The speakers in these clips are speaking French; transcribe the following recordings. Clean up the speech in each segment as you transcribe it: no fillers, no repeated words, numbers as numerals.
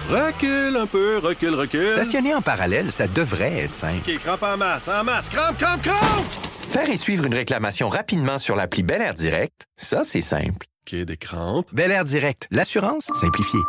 Recule un peu, recule. Stationner en parallèle, ça devrait être simple. OK, crampe en masse, crampe! Faire et suivre une réclamation rapidement sur l'appli Bel Air Direct, ça, c'est simple. OK, des crampes. Bel Air Direct, l'assurance simplifiée.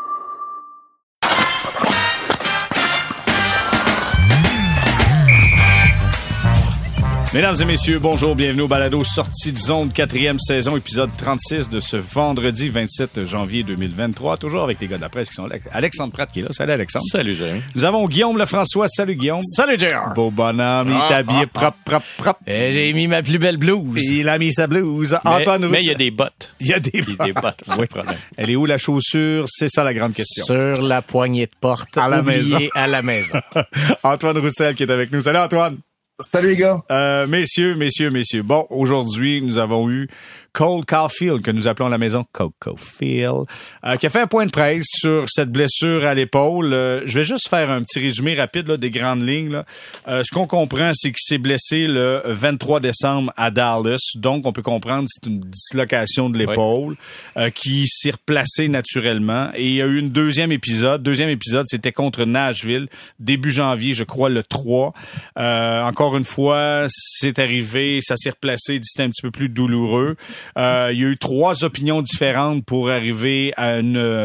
Mesdames et messieurs, bonjour, bienvenue au balado Sortie de zone, 4e saison, épisode 36 de ce vendredi 27 janvier 2023. Toujours avec les gars de la presse qui sont là. Alexandre Pratt qui est là. Salut Alexandre. Salut Jérémy. Nous avons Guillaume Lefrançois. Salut Guillaume. Salut JR. Beau bonhomme, il est habillé propre. J'ai mis ma plus belle blouse. Il a mis sa blouse. Antoine Roussel. Mais il y a des bottes. Il y a des bottes. Oui, problème. Elle est où la chaussure? C'est ça la grande question. Sur la poignée de porte. À la maison. À la maison. Antoine Roussel qui est avec nous. Salut Antoine. Salut les gars. Messieurs. Bon, aujourd'hui, nous avons eu Cole Caulfield, que nous appelons à la maison Coco Field, qui a fait un point de presse sur cette blessure à l'épaule. Je vais juste faire un petit résumé rapide là, des grandes lignes. Là. Ce qu'on comprend, c'est qu'il s'est blessé le 23 décembre à Dallas. Donc, on peut comprendre que c'est une dislocation de l'épaule qui s'est replacée naturellement. Et il y a eu un deuxième épisode. Deuxième épisode, c'était contre Nashville, début janvier, je crois, le 3. Encore une fois, c'est arrivé, ça s'est replacé, c'était un petit peu plus douloureux. Il y a eu 3 opinions différentes pour arriver à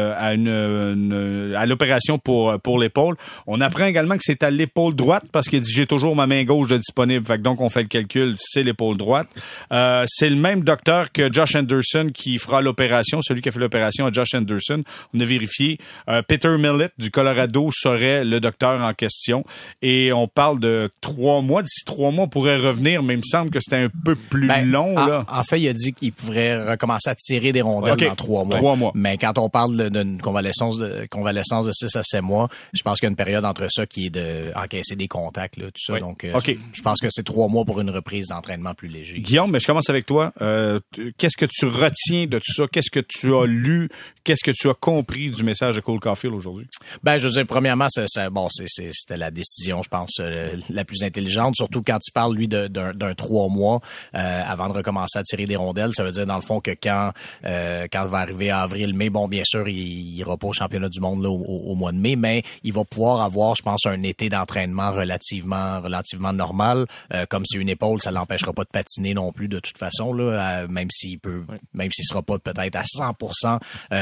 l'opération pour l'épaule. On apprend également que c'est à l'épaule droite parce qu'il dit j'ai toujours ma main gauche de disponible. Fait que donc on fait le calcul, c'est l'épaule droite. C'est le même docteur que Josh Anderson qui fera l'opération, celui qui a fait l'opération à Josh Anderson. On a vérifié. Peter Millett du Colorado serait le docteur en question et on parle de 3 mois. D'ici 3 mois, on pourrait revenir, mais il me semble que c'était un peu plus long. Là. En fait, il a dit qu'il pourrait recommencer à tirer des rondelles dans 3 mois. 3 mois. Mais quand on parle d'une convalescence de 6 à 7 mois, je pense qu'il y a une période entre ça qui est de encaisser des contacts, là, tout ça. Oui. Donc, je pense que c'est 3 mois pour une reprise d'entraînement plus léger. Guillaume, mais je commence avec toi. Qu'est-ce que tu retiens de tout ça? Qu'est-ce que tu as lu? Qu'est-ce que tu as compris du message de Cole Caulfield aujourd'hui? Ben, je veux dire, premièrement, c'était la décision, je pense, la plus intelligente, surtout quand il parle, lui, d'un 3 mois avant de recommencer à tirer des rondelles. Ça veut dire, dans le fond, que quand va arriver avril-mai, bon, bien sûr, il ira pas au championnat du monde là, au mois de mai, mais il va pouvoir avoir, je pense, un été d'entraînement relativement normal. Comme c'est une épaule, ça l'empêchera pas de patiner non plus, de toute façon, là, même s'il sera pas peut-être à 100%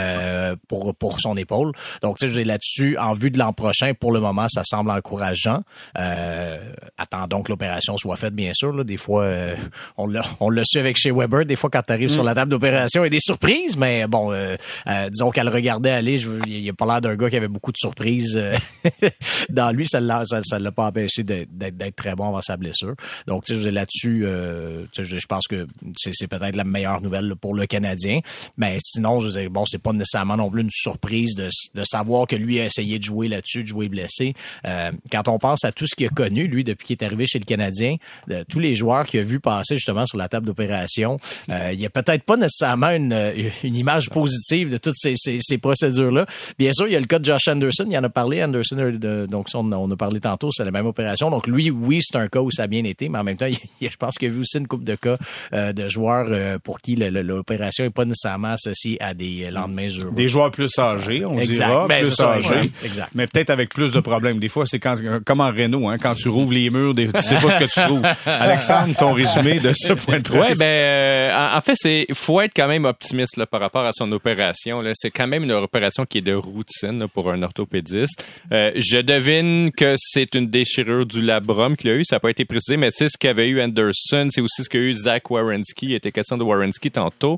pour son épaule. Donc, tu sais, je dis là-dessus, en vue de l'an prochain, pour le moment, ça semble encourageant. Attendons que l'opération soit faite, bien sûr. Là. Des fois, on l'a su avec Shea Weber. Des fois, quand tu arrives sur la table d'opération, il y a des surprises, mais bon, disons qu'elle le regardait aller, il a pas l'air d'un gars qui avait beaucoup de surprises dans lui. Ça l'a pas empêché d'être très bon avant sa blessure. Donc, tu sais, là-dessus, je pense que c'est peut-être la meilleure nouvelle là, pour le Canadien. Mais sinon, je veux dire, bon, c'est pas nécessairement non plus une surprise de savoir que lui a essayé de jouer là-dessus, de jouer blessé. Quand on pense à tout ce qu'il a connu, lui, depuis qu'il est arrivé chez le Canadien, tous les joueurs qu'il a vu passer justement sur la table d'opération, il y a peut-être pas nécessairement une image positive de toutes ces procédures-là. Bien sûr, il y a le cas de Josh Anderson, il en a parlé, donc on a parlé tantôt, c'est la même opération. Donc lui, oui, c'est un cas où ça a bien été, mais en même temps, je pense qu'il y a vu aussi une couple de cas de joueurs pour qui l'opération n'est pas nécessairement associée à des lendemains heureux. Des joueurs plus âgés, on dira, plus âgés, exact. Mais peut-être avec plus de problèmes. Des fois, c'est comme en Renault, hein, quand tu rouvres les murs, tu sais pas ce que tu trouves. Alexandre, ton résumé de ce point de presse. En fait, faut être quand même optimiste là, par rapport à son opération. Là. C'est quand même une opération qui est de routine là, pour un orthopédiste. Je devine que c'est une déchirure du labrum qu'il a eu. Ça n'a pas été précisé, mais c'est ce qu'avait eu Anderson. C'est aussi ce qu'a eu Zach Werenski. Il était question de Werenski tantôt.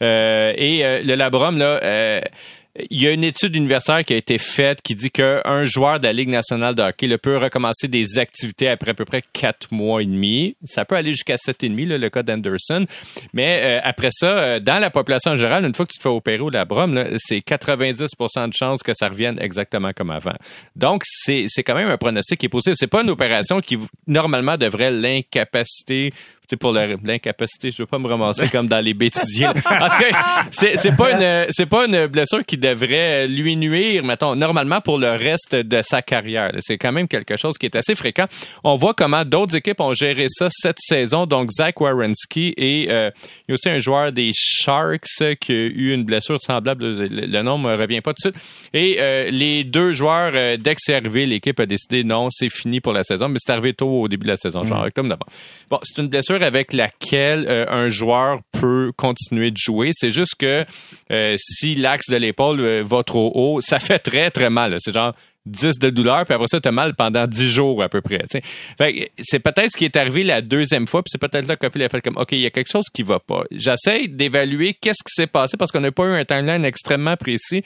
Le labrum, là... il y a une étude universitaire qui a été faite qui dit qu'un joueur de la Ligue nationale de hockey peut recommencer des activités après à peu près 4 mois et demi. Ça peut aller jusqu'à 7,5, là, le cas d'Anderson. Mais après ça, dans la population en général, une fois que tu te fais opérer au labrum, là, c'est 90% de chances que ça revienne exactement comme avant. Donc, c'est quand même un pronostic qui est possible. C'est pas une opération qui, normalement, devrait l'incapaciter pour l'incapacité, je veux pas me ramasser comme dans les bêtisiers. En tout cas, c'est pas une blessure qui devrait lui nuire, mettons, normalement pour le reste de sa carrière. C'est quand même quelque chose qui est assez fréquent. On voit comment d'autres équipes ont géré ça cette saison. Donc, Zach Werenski et il y a aussi un joueur des Sharks qui a eu une blessure semblable. Le nom me revient pas tout de suite. Et les deux joueurs, dès que c'est arrivé, l'équipe a décidé non, c'est fini pour la saison. Mais c'est arrivé tôt au début de la saison, genre octobre, novembre. Bon, c'est une blessure avec laquelle un joueur peut continuer de jouer. C'est juste que si l'axe de l'épaule va trop haut, ça fait très, très mal. C'est genre 10 de douleur, puis après ça, t'as mal pendant 10 jours à peu près. T'sais. Fait que c'est peut-être ce qui est arrivé la deuxième fois, puis c'est peut-être là qu'Ophélie a fait comme, OK, il y a quelque chose qui va pas. J'essaie d'évaluer qu'est-ce qui s'est passé parce qu'on n'a pas eu un timeline extrêmement précis.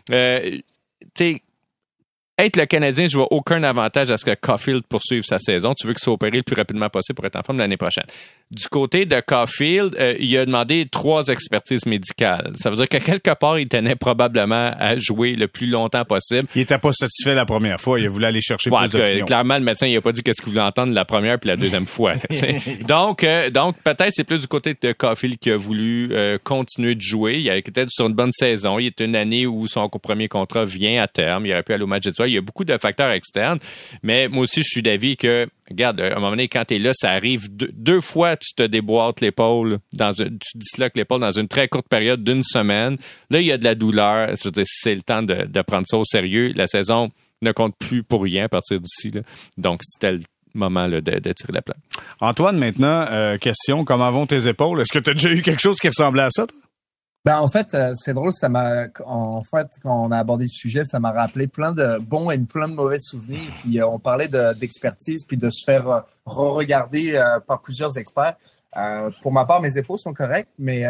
T'sais, être le Canadien, je vois aucun avantage à ce que Caulfield poursuive sa saison. Tu veux qu'il soit opéré le plus rapidement possible pour être en forme l'année prochaine. Du côté de Caulfield, il a demandé 3 expertises médicales. Ça veut dire que quelque part, il tenait probablement à jouer le plus longtemps possible. Il était pas satisfait la première fois. Il a voulu aller chercher plus d'opinions. Clairement, le médecin, il a pas dit qu'est-ce qu'il voulait entendre la première puis la deuxième fois. Donc, peut-être c'est plus du côté de Caulfield qui a voulu continuer de jouer. Il était sur une bonne saison. Il est une année où son premier contrat vient à terme. Il aurait pu aller au match d'étoiles. Il y a beaucoup de facteurs externes. Mais moi aussi, je suis d'avis que regarde, à un moment donné, quand t'es là, ça arrive deux fois, tu te déboîtes l'épaule, tu disloques l'épaule dans une très courte période d'une semaine. Là, il y a de la douleur. Je veux dire, c'est le temps de prendre ça au sérieux. La saison ne compte plus pour rien à partir d'ici. Là. Donc, c'était le moment là, de tirer la plaque. Antoine, maintenant, question, comment vont tes épaules? Est-ce que tu as déjà eu quelque chose qui ressemblait à ça, toi? Ben en fait, c'est drôle, quand on a abordé ce sujet, ça m'a rappelé plein de bons et plein de mauvais souvenirs. Puis on parlait d'expertise, puis de se faire re-regarder par plusieurs experts. Pour ma part, mes épaules sont correctes, mais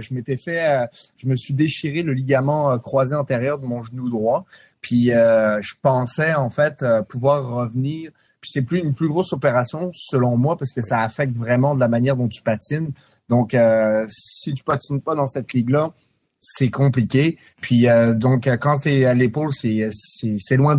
je me suis déchiré le ligament croisé antérieur de mon genou droit. Puis je pensais en fait pouvoir revenir. Puis c'est une plus grosse opération selon moi parce que ça affecte vraiment de la manière dont tu patines. Donc, si tu patines pas dans cette ligue-là, c'est compliqué. Puis, donc, quand t'es à l'épaule, c'est loin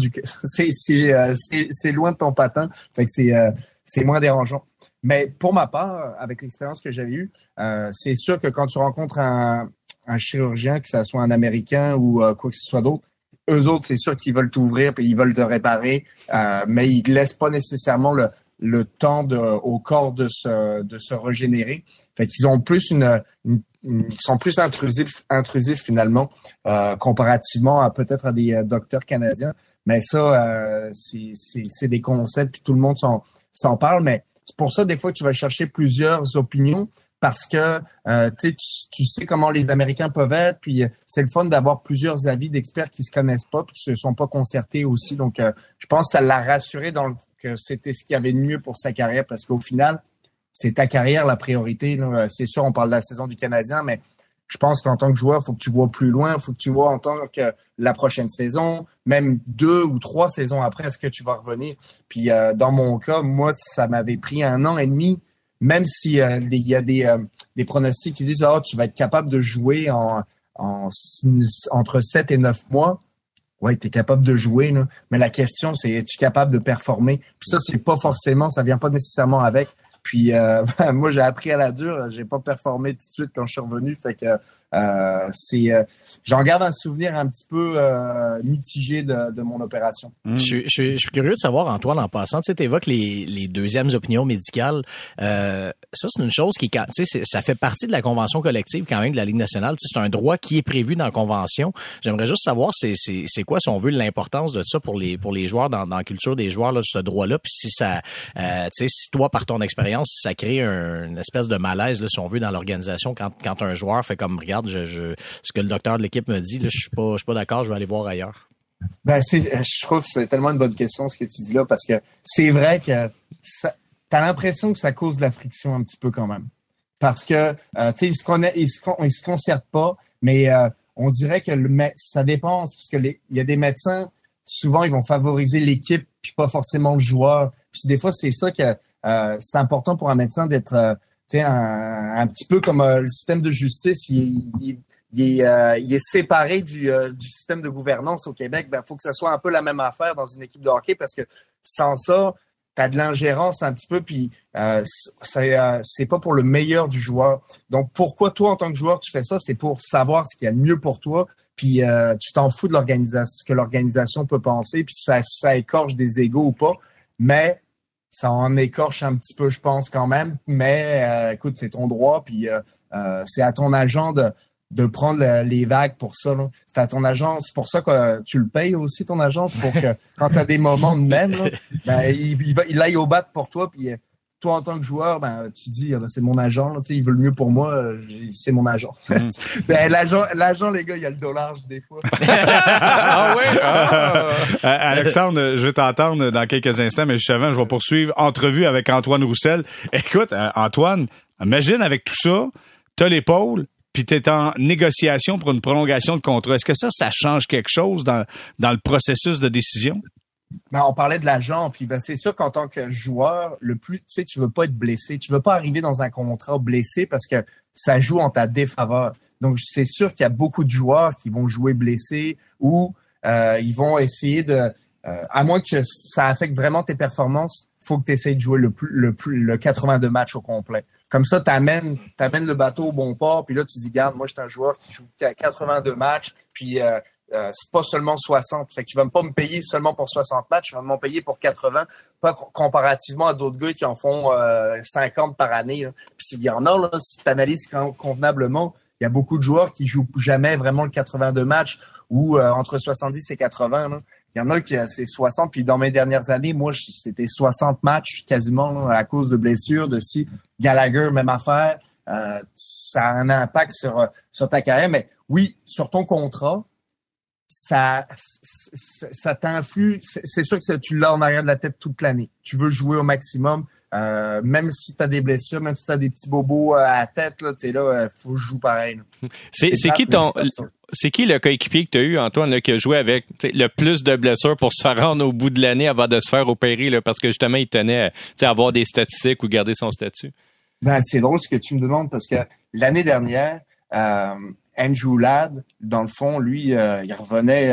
c'est loin de ton patin. Fait que c'est moins dérangeant. Mais pour ma part, avec l'expérience que j'avais eue, c'est sûr que quand tu rencontres un chirurgien, que ça soit un Américain ou quoi que ce soit d'autre, eux autres, c'est sûr qu'ils veulent t'ouvrir puis ils veulent te réparer, mais ils laissent pas nécessairement le temps au corps de se régénérer. Fait qu'ils ont plus ils sont plus intrusifs finalement, comparativement à peut-être à des docteurs canadiens. Mais ça, c'est des concepts puis tout le monde s'en parle. Mais c'est pour ça des fois que tu vas chercher plusieurs opinions parce que tu sais comment les Américains peuvent être. Puis c'est le fun d'avoir plusieurs avis d'experts qui se connaissent pas puis qui se sont pas concertés aussi. Donc je pense que ça l'a rassuré que c'était ce qu'il y avait de mieux pour sa carrière parce qu'au final, c'est ta carrière la priorité. Là. C'est sûr, on parle de la saison du Canadien, mais je pense qu'en tant que joueur, il faut que tu vois plus loin. Il faut que tu vois en tant que la prochaine saison, même 2 ou 3 saisons après, est-ce que tu vas revenir? Puis dans mon cas, moi, ça m'avait pris 1 an et demi, même si il y a des pronostics qui disent « tu vas être capable de jouer entre 7 et 9 mois ». Ouais, t'es capable de jouer, là. Mais la question, c'est es-tu capable de performer? Puis ça, c'est pas forcément, ça vient pas nécessairement avec. Puis moi, j'ai appris à la dure. J'ai pas performé tout de suite quand je suis revenu. Fait que j'en garde un souvenir un petit peu mitigé de mon opération. Je suis curieux de savoir, Antoine, en passant, tu sais, t'évoques les deuxièmes opinions médicales. Ça, c'est une chose qui, tu sais, ça fait partie de la convention collective quand même de la Ligue nationale. Tu sais, c'est un droit qui est prévu dans la convention. J'aimerais juste savoir c'est quoi, si on veut, l'importance de ça pour les joueurs dans la culture des joueurs là, de ce droit-là. Puis si ça, tu sais, si toi, par ton expérience, ça crée une espèce de malaise, là, si on veut, dans l'organisation quand un joueur fait comme regarde, ce que le docteur de l'équipe me dit, là, je suis pas d'accord, je vais aller voir ailleurs. Ben je trouve que c'est tellement une bonne question ce que tu dis là parce que c'est vrai que t'as l'impression que ça cause de la friction un petit peu quand même parce que tu sais ils se concertent pas mais on dirait que ça dépend parce que il y a des médecins souvent ils vont favoriser l'équipe puis pas forcément le joueur puis des fois c'est ça que c'est important pour un médecin d'être tu sais un petit peu comme le système de justice il est séparé du système de gouvernance au Québec. Ben, faut que ça soit un peu la même affaire dans une équipe de hockey parce que sans ça, t'as de l'ingérence un petit peu, puis c'est pas pour le meilleur du joueur. Donc, pourquoi toi, en tant que joueur, tu fais ça? C'est pour savoir ce qu'il y a de mieux pour toi, puis tu t'en fous de l'organisation, ce que l'organisation peut penser, puis ça écorche des égos ou pas, mais ça en écorche un petit peu, je pense, quand même. Mais écoute, c'est ton droit, puis c'est à ton agent de prendre les vagues pour ça. Là. C'est à ton agent, c'est pour ça que tu le payes aussi, ton agence, pour que quand tu as des moments de même, là, ben, il aille au bat pour toi, puis toi, en tant que joueur, ben, tu dis, c'est mon agent, là, il veut le mieux pour moi, c'est mon agent. Ben, l'agent, les gars, il y a le dollar des fois. Ah ouais? Alexandre, je vais t'entendre dans quelques instants, mais juste avant, je vais poursuivre entrevue avec Antoine Roussel. Écoute, Antoine, imagine avec tout ça, t'as l'épaule, puis t'es en négociation pour une prolongation de contrat. Est-ce que ça change quelque chose dans le processus de décision? Ben, on parlait de l'agent, puis ben, c'est sûr qu'en tant que joueur, tu veux pas être blessé. Tu veux pas arriver dans un contrat blessé parce que ça joue en ta défaveur. Donc, c'est sûr qu'il y a beaucoup de joueurs qui vont jouer blessés ou ils vont essayer à moins que ça affecte vraiment tes performances, faut que tu essaies de jouer le 82 matchs au complet. Comme ça, t'amènes le bateau au bon port, puis là, tu dis, garde, moi, je suis un joueur qui joue 82 matchs, puis c'est pas seulement 60. Fait que tu vas pas me payer seulement pour 60 matchs, tu vas m'en payer pour 80, pas comparativement à d'autres gars qui en font 50 par année. Là. Puis il y en a, là, si tu analyses convenablement, il y a beaucoup de joueurs qui jouent jamais vraiment le 82 matchs ou entre 70 et 80. Là. Il y en a qui c'est 60, puis dans mes dernières années, moi, c'était 60 matchs quasiment là, à cause de blessures, de si Gallagher, même affaire. Ça a un impact sur ta carrière, mais oui, sur ton contrat, ça t'influe. C'est sûr que tu l'as en arrière de la tête toute l'année. Tu veux jouer au maximum, même si tu as des blessures, même si tu as des petits bobos à la tête, là, t'es là, faut que je joue pareil. Là. C'est qui le coéquipier que tu as eu, Antoine, là, qui a joué avec le plus de blessures pour se rendre au bout de l'année avant de se faire opérer, là, parce que justement, il tenait à avoir des statistiques ou garder son statut? Ben, c'est drôle ce que tu me demandes parce que l'année dernière, Andrew Ladd, dans le fond, lui, il revenait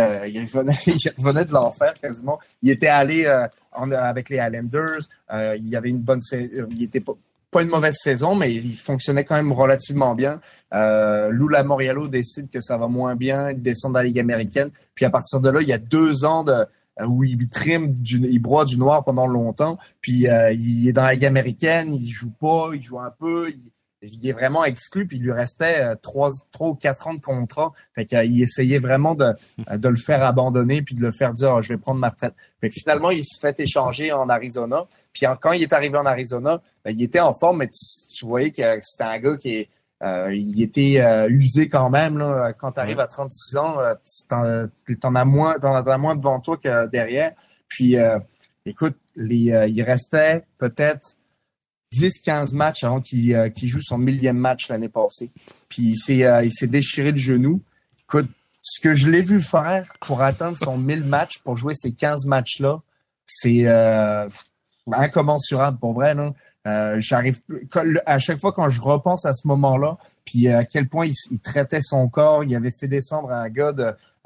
de l'enfer quasiment. Il était allé avec les Islanders. Il avait il était pas une mauvaise saison, mais il fonctionnait quand même relativement bien. Lou Lamoriello décide que ça va moins bien, il descend dans la Ligue américaine. Puis à partir de là, il y a 2 ans où il il broie du noir pendant longtemps. Puis il est dans la Ligue américaine, il joue pas, il joue un peu. Il est vraiment exclu, puis il lui restait 3 ou 4 ans de contrat. Fait qu'il essayait vraiment de le faire abandonner, puis de le faire dire je vais prendre ma retraite. Fait que finalement, il se fait échanger en Arizona. Puis quand il est arrivé en Arizona, il était en forme, mais tu voyais que c'était un gars qui il était usé quand même. Là. Quand tu arrives à 36 ans, t'en as moins devant toi que derrière. Puis écoute, il restait peut-être 10-15 matchs avant qu'il joue son 1000e match l'année passée. Puis il s'est déchiré le genou. Écoute, ce que je l'ai vu faire pour atteindre son 1000 matchs, pour jouer ces 15 matchs-là, c'est incommensurable pour vrai. Là. J'arrive à chaque fois quand je repense à ce moment-là, puis à quel point il traitait son corps, il avait fait descendre un gars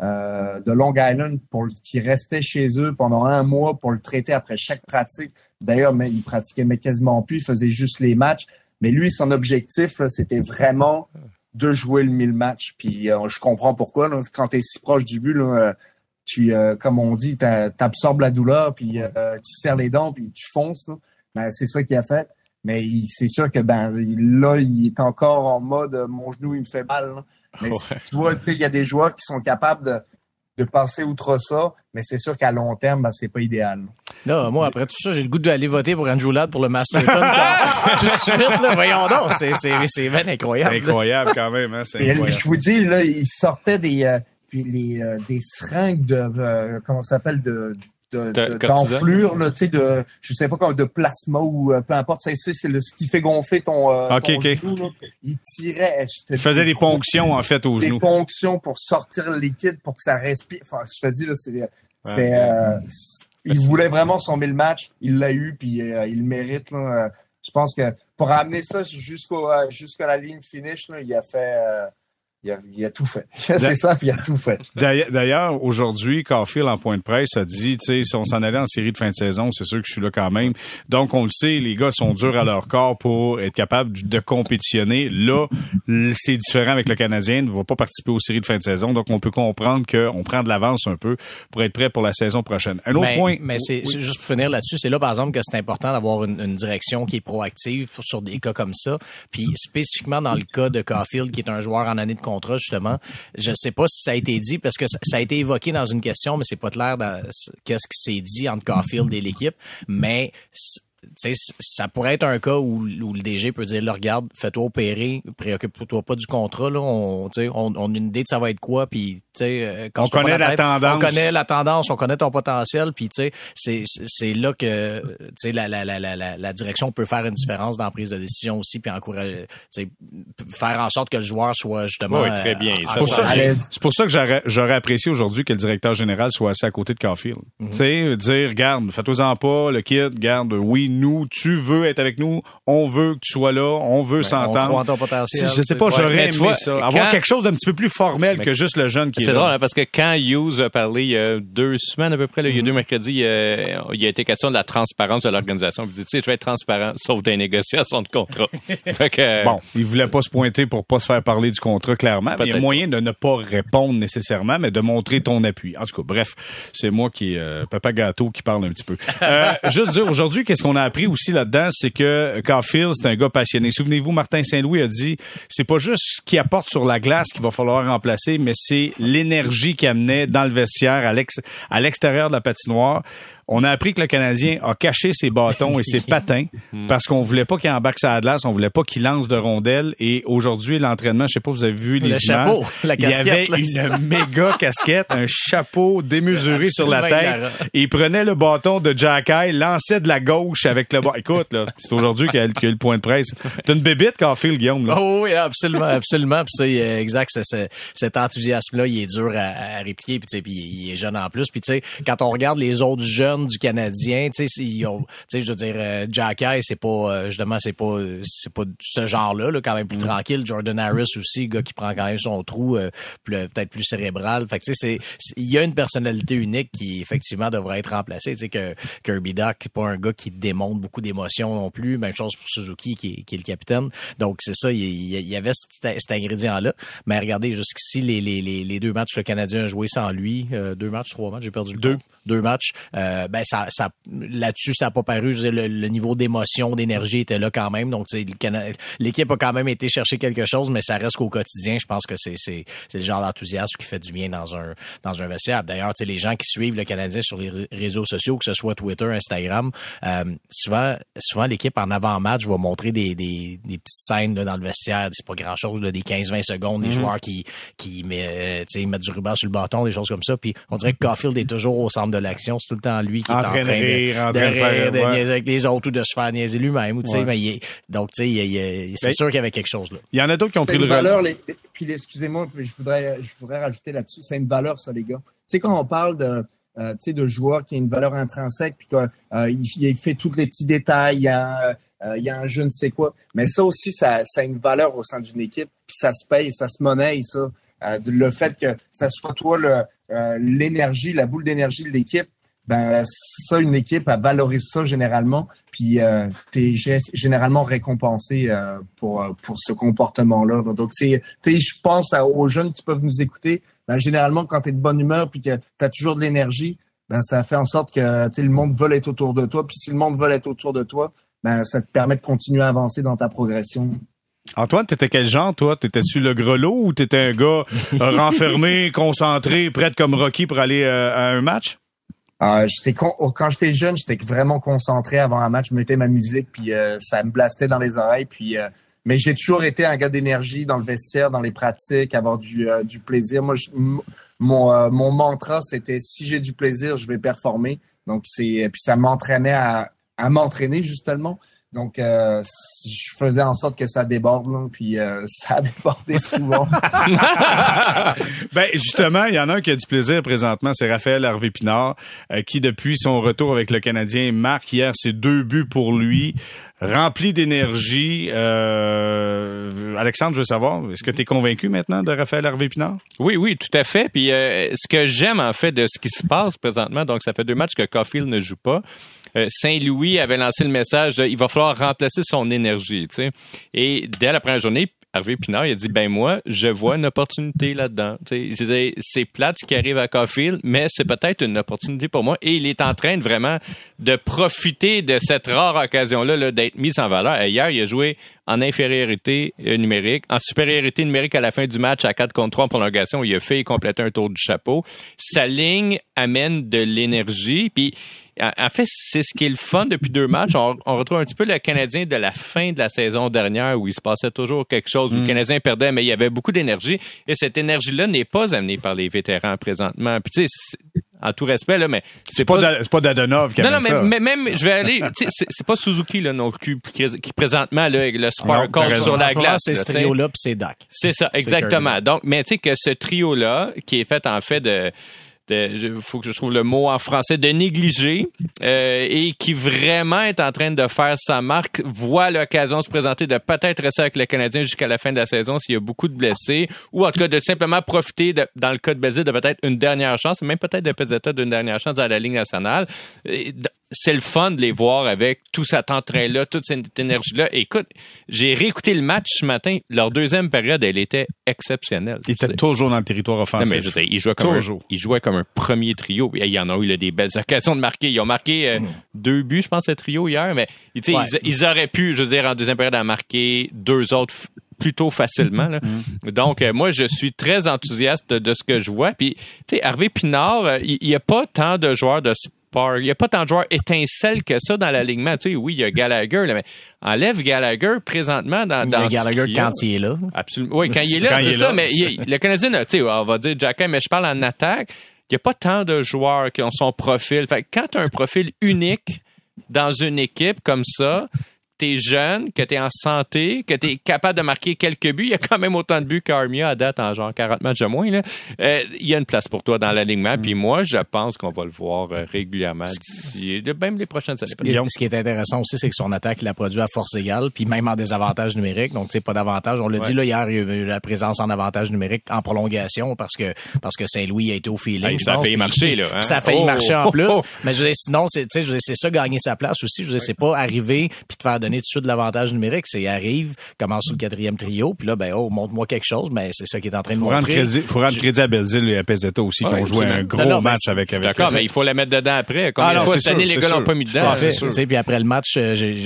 de Long Island qui restait chez eux pendant 1 mois pour le traiter après chaque pratique. D'ailleurs, mais il pratiquait mais quasiment plus, il faisait juste les matchs. Mais lui, son objectif, là, c'était vraiment de jouer le 1000 matchs. Puis je comprends pourquoi. Là, quand t'es si proche du but, là, comme on dit, t'absorbes la douleur, puis tu serres les dents, puis tu fonces. Là. Ben, c'est ça qu'il a fait. Mais c'est sûr que il est encore en mode mon genou, il me fait mal. Là. Mais tu vois, il y a des joueurs qui sont capables de passer outre ça, mais c'est sûr qu'à long terme, c'est pas idéal. Là, moi, après tout ça, j'ai le goût d'aller voter pour Andrew Ladd pour le Masterton tout de suite. Là, voyons donc, c'est bien incroyable. C'est incroyable quand même. Hein, c'est incroyable. Je vous dis, là, il sortait des seringues comment ça s'appelle, d'enflure, là, tu sais, je sais pas comment, de plasma ou peu importe, c'est ce qui fait gonfler ton genou, là. Il tirait, il faisait des ponctions, en fait, au genou. Des ponctions pour sortir le liquide, pour que ça respire. Enfin, je te dis, là, il voulait vraiment son 1000 matchs, il l'a eu, puis il le mérite, là. Je pense que pour amener ça jusqu'à la ligne finish, là, il a fait Il a tout fait. C'est ça, puis il a tout fait. D'ailleurs, aujourd'hui, Caulfield, en point de presse, a dit, tu sais, si on s'en allait en série de fin de saison, c'est sûr que je suis là quand même. Donc, on le sait, les gars sont durs à leur corps pour être capables de compétitionner. Là, c'est différent avec le Canadien. Il ne va pas participer aux séries de fin de saison. Donc, on peut comprendre qu'on prend de l'avance un peu pour être prêt pour la saison prochaine. Un autre point. Mais c'est juste pour finir là-dessus, c'est là, par exemple, que c'est important d'avoir une direction qui est proactive sur des cas comme ça. Puis, spécifiquement dans le cas de Caulfield, qui est un joueur en année de contrat, justement, je sais pas si ça a été dit, parce que ça a été évoqué dans une question, mais c'est pas clair qu'est-ce qui s'est dit entre Caulfield et l'équipe, mais tu sais, ça pourrait être un cas où le DG peut dire, là, regarde, fais-toi opérer, préoccupe-toi pas du contrat, là, on a une idée de ça va être quoi, puis tu sais, on connaît la tendance. On connaît la tendance, on connaît ton potentiel, puis tu sais, c'est là que tu sais la direction peut faire une différence dans la prise de décision aussi, puis encourager, tu sais, faire en sorte que le joueur soit justement très bien. C'est pour ça que j'aurais apprécié aujourd'hui que le directeur général soit assis à côté de Caulfield. Tu sais, dire, regarde, fais-toi-en pas, le kid, regarde, oui, nous, tu veux être avec nous, on veut que tu sois là, on veut s'entendre. On croit en ton potentiel. Je sais pas, j'aurais aimé ça. Avoir quelque chose d'un petit peu plus formel que juste le jeune qui est là. C'est drôle, hein, parce que quand Hughes a parlé il y a 2 semaines à peu près, là, il y a 2 mercredis, il a été question de la transparence de l'organisation. Il dit, tu sais, je vais être transparent, sauf des négociations de contrat. Bon, il voulait pas se pointer pour pas se faire parler du contrat, clairement. Il y a moyen de ne pas répondre nécessairement, mais de montrer ton appui. En tout cas, bref, c'est moi qui Papa Gâteau qui parle un petit peu. Juste dire, aujourd'hui, qu'est-ce qu'on a appris aussi là-dedans, c'est que Caulfield, c'est un gars passionné. Souvenez-vous, Martin Saint-Louis a dit, c'est pas juste ce qu'il apporte sur la glace qu'il va falloir remplacer, mais c'est l'énergie qu'il amenait dans le vestiaire, à l'extérieur de la patinoire. On a appris que le Canadien a caché ses bâtons et ses patins parce qu'on voulait pas qu'il embarque sur la glace, on voulait pas qu'il lance de rondelles. Et aujourd'hui, l'entraînement, je sais pas, vous avez vu les images. Chapeau, la casquette. Il y avait une méga casquette, un chapeau démesuré sur la tête. Et il prenait le bâton de Jacky, lançait de la gauche avec le bâton. Écoute, là, c'est aujourd'hui qu'il y a le point de presse. T'as une bébite Caulfield, Guillaume, là. Oh oui, absolument. Puis c'est exact, cet enthousiasme-là, il est dur à répliquer. Puis il est jeune en plus. Puis tu sais, quand on regarde les autres jeunes du Canadien, tu sais, je veux dire, Jacky, c'est pas justement, c'est pas ce genre-là, là, quand même plus tranquille. Jordan Harris aussi, gars qui prend quand même son trou, peut-être plus cérébral. Fait que tu sais, il y a une personnalité unique qui effectivement devrait être remplacée. Tu sais que Kirby Dach, c'est pas un gars qui démontre beaucoup d'émotions non plus. Même chose pour Suzuki qui est le capitaine. Donc c'est ça, il y avait cet ingrédient-là. Mais regardez, jusqu'ici les 2 matchs le Canadien a joué sans lui, 3 matchs, j'ai perdu le compte. 2 matchs. Ben ça là-dessus ça a pas paru. Je veux dire, le niveau d'émotion, d'énergie était là quand même. Donc l'équipe a quand même été chercher quelque chose, mais ça reste qu'au quotidien, je pense que c'est le genre d'enthousiasme qui fait du bien dans un vestiaire. D'ailleurs, tu sais, les gens qui suivent le Canadien sur les réseaux sociaux, que ce soit Twitter, Instagram, souvent l'équipe en avant-match va montrer des petites scènes là, dans le vestiaire. C'est pas grand-chose, là, des 15-20 secondes, des joueurs qui mettent du ruban sur le bâton, des choses comme ça. Puis on dirait que Caulfield est toujours au centre de l'action. C'est tout le temps lui qui est en train de rire, de niaiser avec les autres ou de se faire niaiser lui-même. Tu sais, mais donc tu sais, c'est sûr qu'il y avait quelque chose là. Il y en a d'autres qui ont pris le relais. Puis excusez-moi, je voudrais rajouter là-dessus, c'est une valeur ça les gars. Tu sais quand on parle de joueurs qui a une valeur intrinsèque puis qu'il fait tous les petits détails, il y a un je ne sais quoi, mais ça aussi ça a une valeur au sein d'une équipe, puis ça se paye, ça se monnaie ça. Le fait que ça soit toi l'énergie, la boule d'énergie de l'équipe, ben ça une équipe elle valorise ça généralement, puis t'es généralement récompensé pour ce comportement-là. Donc c'est, tu sais, je pense aux jeunes qui peuvent nous écouter. Ben généralement quand t'es de bonne humeur puis que t'as toujours de l'énergie, ben ça fait en sorte que tu sais le monde veut être autour de toi. Puis si le monde veut être autour de toi, ben ça te permet de continuer à avancer dans ta progression. Antoine, t'étais quel genre, toi? T'étais-tu le grelot ou t'étais un gars renfermé, concentré, prêt comme Rocky pour aller à un match? Quand j'étais jeune, j'étais vraiment concentré avant un match. Je mettais ma musique, puis ça me blastait dans les oreilles. Puis, mais j'ai toujours été un gars d'énergie dans le vestiaire, dans les pratiques, avoir du plaisir. Moi, mon mantra, c'était si j'ai du plaisir, je vais performer. Donc puis ça m'entraînait à m'entraîner justement. Donc, je faisais en sorte que ça déborde, là, puis ça a débordé souvent. Ben justement, il y en a un qui a du plaisir présentement, c'est Raphaël Harvey-Pinard, qui depuis son retour avec le Canadien marque hier ses 2 buts pour lui, rempli d'énergie. Alexandre, je veux savoir, est-ce que tu es convaincu maintenant de Raphaël Harvey-Pinard? Oui, tout à fait. Puis ce que j'aime en fait de ce qui se passe présentement, donc ça fait 2 matchs que Caulfield ne joue pas. Saint-Louis avait lancé le message de, il va falloir remplacer son énergie, tu sais. Et dès la première journée, Harvey-Pinard, il a dit, ben moi, je vois une opportunité là-dedans. Tu sais, je disais, c'est plate ce qui arrive à Caulfield, mais c'est peut-être une opportunité pour moi. Et il est en train de vraiment de profiter de cette rare occasion-là là, d'être mis en valeur. Hier, il a joué en infériorité numérique, en supériorité numérique à la fin du match à 4-3 en prolongation. Il a fait compléter un tour du chapeau. Sa ligne amène de l'énergie, puis en fait, c'est ce qui est le fun depuis 2 matchs. On retrouve un petit peu le Canadien de la fin de la saison dernière où il se passait toujours quelque chose, où le Canadien perdait, mais il y avait beaucoup d'énergie. Et cette énergie-là n'est pas amenée par les vétérans présentement. Puis tu sais, en tout respect, là, mais c'est pas Dadonov qui amène ça. Mais même, je vais aller, tu sais, c'est pas Suzuki, là, non plus, qui présentement, là, avec le sparkle sur la glace. C'est ce trio-là, puis c'est Dak. C'est ça, exactement. Donc, mais tu sais que ce trio-là, qui est fait en fait faut que je trouve le mot en français, de négliger, et qui vraiment est en train de faire sa marque, voit l'occasion se présenter de peut-être rester avec le Canadien jusqu'à la fin de la saison s'il y a beaucoup de blessés, ou en tout cas de simplement profiter, dans le cas de Bézil, de peut-être une dernière chance, même peut-être de Pezzetta d'une dernière chance dans la Ligue nationale. C'est le fun de les voir avec tout cet entrain-là, toute cette énergie-là. Et écoute, j'ai réécouté le match ce matin. Leur 2e période, elle était exceptionnelle. Il était toujours dans le territoire offensif. Non, mais il jouait comme un premier trio. Il y en a eu là, des belles occasions de marquer. Ils ont marqué 2 buts, je pense, ce trio hier. Mais ils auraient pu, je veux dire, en 2e période, en marquer 2 autres plutôt facilement. Là. Donc, moi, je suis très enthousiaste de ce que je vois. Puis, tu sais, Harvey-Pinard, il n'y a pas tant de joueurs de sport. Il n'y a pas tant de joueurs étincelles que ça dans l'alignement. Tu sais, oui, il y a Gallagher, là, mais enlève Gallagher présentement dans Gallagher quand il est là. Absolument. Oui, quand il est là, c'est ça. Mais le Canadien, tu sais, on va dire Jacky, mais je parle en attaque. Il n'y a pas tant de joueurs qui ont son profil. Fait que quand tu as un profil unique dans une équipe comme ça, t'es jeune, que t'es en santé, que t'es capable de marquer quelques buts, il y a quand même autant de buts qu'Armia à date en genre 40 matchs de moins, là. Il y a une place pour toi dans l'alignement, puis moi, je pense qu'on va le voir régulièrement d'ici, même les prochaines années. Ce qui est intéressant aussi, c'est que son attaque, il a produit à force égale, puis même en désavantage numérique, donc tu sais, pas d'avantage. On l'a dit là hier, il y a eu la présence en avantage numérique en prolongation parce que Saint-Louis a été au feeling. Ça a failli marcher, là. Hein? Ça a failli marcher en plus. Mais je veux dire, sinon, c'est ça gagner sa place aussi. Je veux dire, c'est pas arriver puis te faire donner tout de suite de l'avantage numérique. C'est arrive, commence sur le 4e trio, puis là, montre-moi quelque chose, mais c'est ça qui est en train de montrer. Faut rendre crédit à Belzile et à Pezzetta aussi, qui ont joué un gros match avec d'accord, mais il faut la mettre dedans après. Combien de fois cette année, les gars l'ont pas mis dedans? C'est sûr. Puis après le match,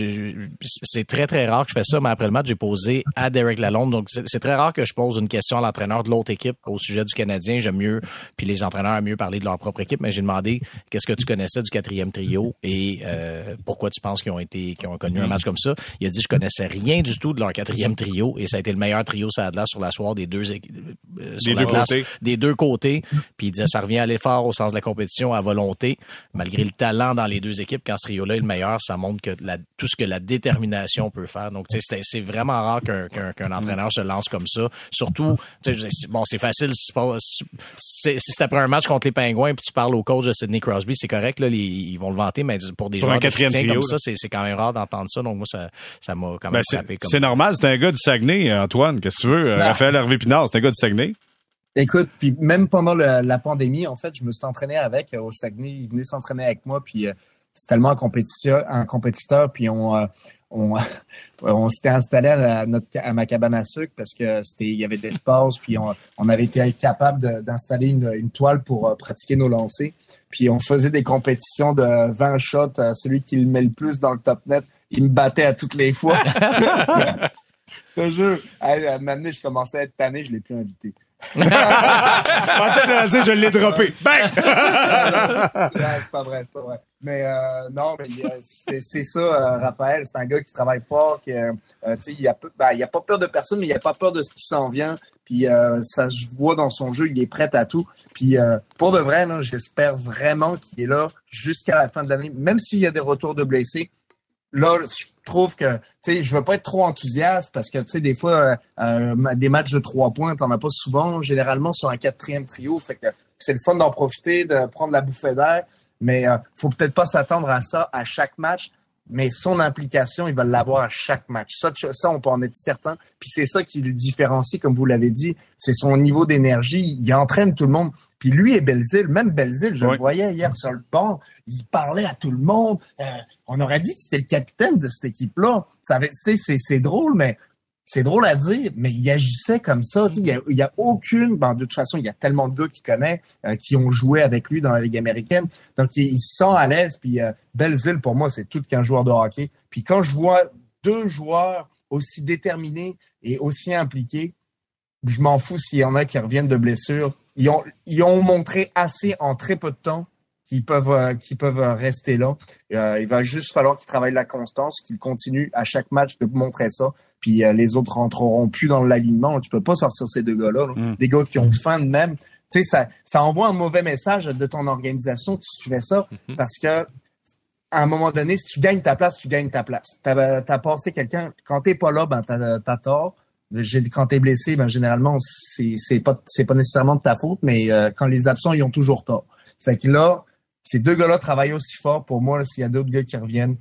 c'est très, très rare que je fais ça, mais après le match, j'ai posé à Derek Lalonde. Donc, c'est très rare que je pose une question à l'entraîneur de l'autre équipe au sujet du Canadien. J'aime mieux, puis les entraîneurs aiment mieux parler de leur propre équipe, mais j'ai demandé qu'est-ce que tu connaissais du 4e trio et pourquoi tu penses qu'ils ont connu un match comme ça. Il a dit, je connaissais rien du tout de leur 4e trio et ça a été le meilleur trio sur la glace sur la soirée des deux côtés. Puis il disait, ça revient à l'effort au sens de la compétition, à volonté. Malgré le talent dans les 2 équipes, quand ce trio-là est le meilleur, ça montre que tout ce que la détermination peut faire. Donc, tu sais, c'est vraiment rare qu'un entraîneur se lance comme ça. Surtout, tu sais, c'est facile. Si c'est après un match contre les Pingouins puis tu parles au coach de Sidney Crosby, c'est correct, là, ils vont le vanter, mais pour des joueurs de soutien comme ça, c'est quand même rare d'entendre ça. Donc, moi, ça m'a quand même frappé. C'est normal, c'est un gars du Saguenay, Antoine. Qu'est-ce que tu veux? Raphaël Harvey-Pinard, c'est un gars du Saguenay. Écoute, puis même pendant la pandémie, en fait, je me suis entraîné avec au Saguenay. Il venait s'entraîner avec moi, puis c'est tellement un compétiteur, puis on s'était installé à ma cabane à sucre parce que il y avait de l'espace, puis on avait été capable d'installer une toile pour pratiquer nos lancers. Puis on faisait des compétitions de 20 shots. Celui qui le met le plus dans le top net, il me battait à toutes les fois. Je te jure. À un moment donné, je commençais à être tanné, je l'ai plus invité. Je pensais de dire, je l'ai droppé. Bang! C'est pas vrai. Mais non, mais c'est ça, Raphaël. C'est un gars qui travaille fort, qui il a pas peur de personne, mais il a pas peur de ce qui s'en vient. Puis ça se voit dans son jeu, il est prêt à tout. Puis pour de vrai, là, j'espère vraiment qu'il est là jusqu'à la fin de l'année, même s'il y a des retours de blessés. là, je trouve que, tu sais, je veux pas être trop enthousiaste parce que, tu sais, des fois, des matchs de 3 points, t'en as pas souvent, généralement sur un 4e trio. Fait que c'est le fun d'en profiter, de prendre la bouffée d'air. Mais faut peut-être pas s'attendre à ça à chaque match. Mais son implication, il va l'avoir à chaque match. Ça, on peut en être certain. Puis c'est ça qui le différencie, comme vous l'avez dit. C'est son niveau d'énergie. Il entraîne tout le monde. Puis lui et Belzile, même Belzile, je le voyais hier sur le banc, il parlait à tout le monde. On aurait dit que c'était le capitaine de cette équipe-là. C'est drôle, mais c'est drôle à dire, mais il agissait comme ça. Il y a aucune... Ben, de toute façon, il y a tellement de gars qu'il connaît qui ont joué avec lui dans la Ligue américaine. Donc, il se sent à l'aise. Puis Belzile, pour moi, c'est tout qu'un joueur de hockey. Puis quand je vois 2 joueurs aussi déterminés et aussi impliqués, je m'en fous s'il y en a qui reviennent de blessure. Ils ont montré assez en très peu de temps qu'ils peuvent rester là. Il va juste falloir qu'ils travaillent la constance, qu'ils continuent à chaque match de montrer ça. Puis les autres rentreront plus dans l'alignement. Tu peux pas sortir ces 2 gars-là. Des gars qui ont faim de même. Tu sais, ça envoie un mauvais message de ton organisation si tu fais ça. Parce que à un moment donné, si tu gagnes ta place, tu gagnes ta place. T'as passé quelqu'un. Quand t'es pas là, ben t'as tort. Quand t'es blessé, ben généralement c'est pas nécessairement de ta faute, mais quand les absents, ils ont toujours tort. Fait que là, ces 2 gars-là travaillent aussi fort. Pour moi, là, s'il y a d'autres gars qui reviennent,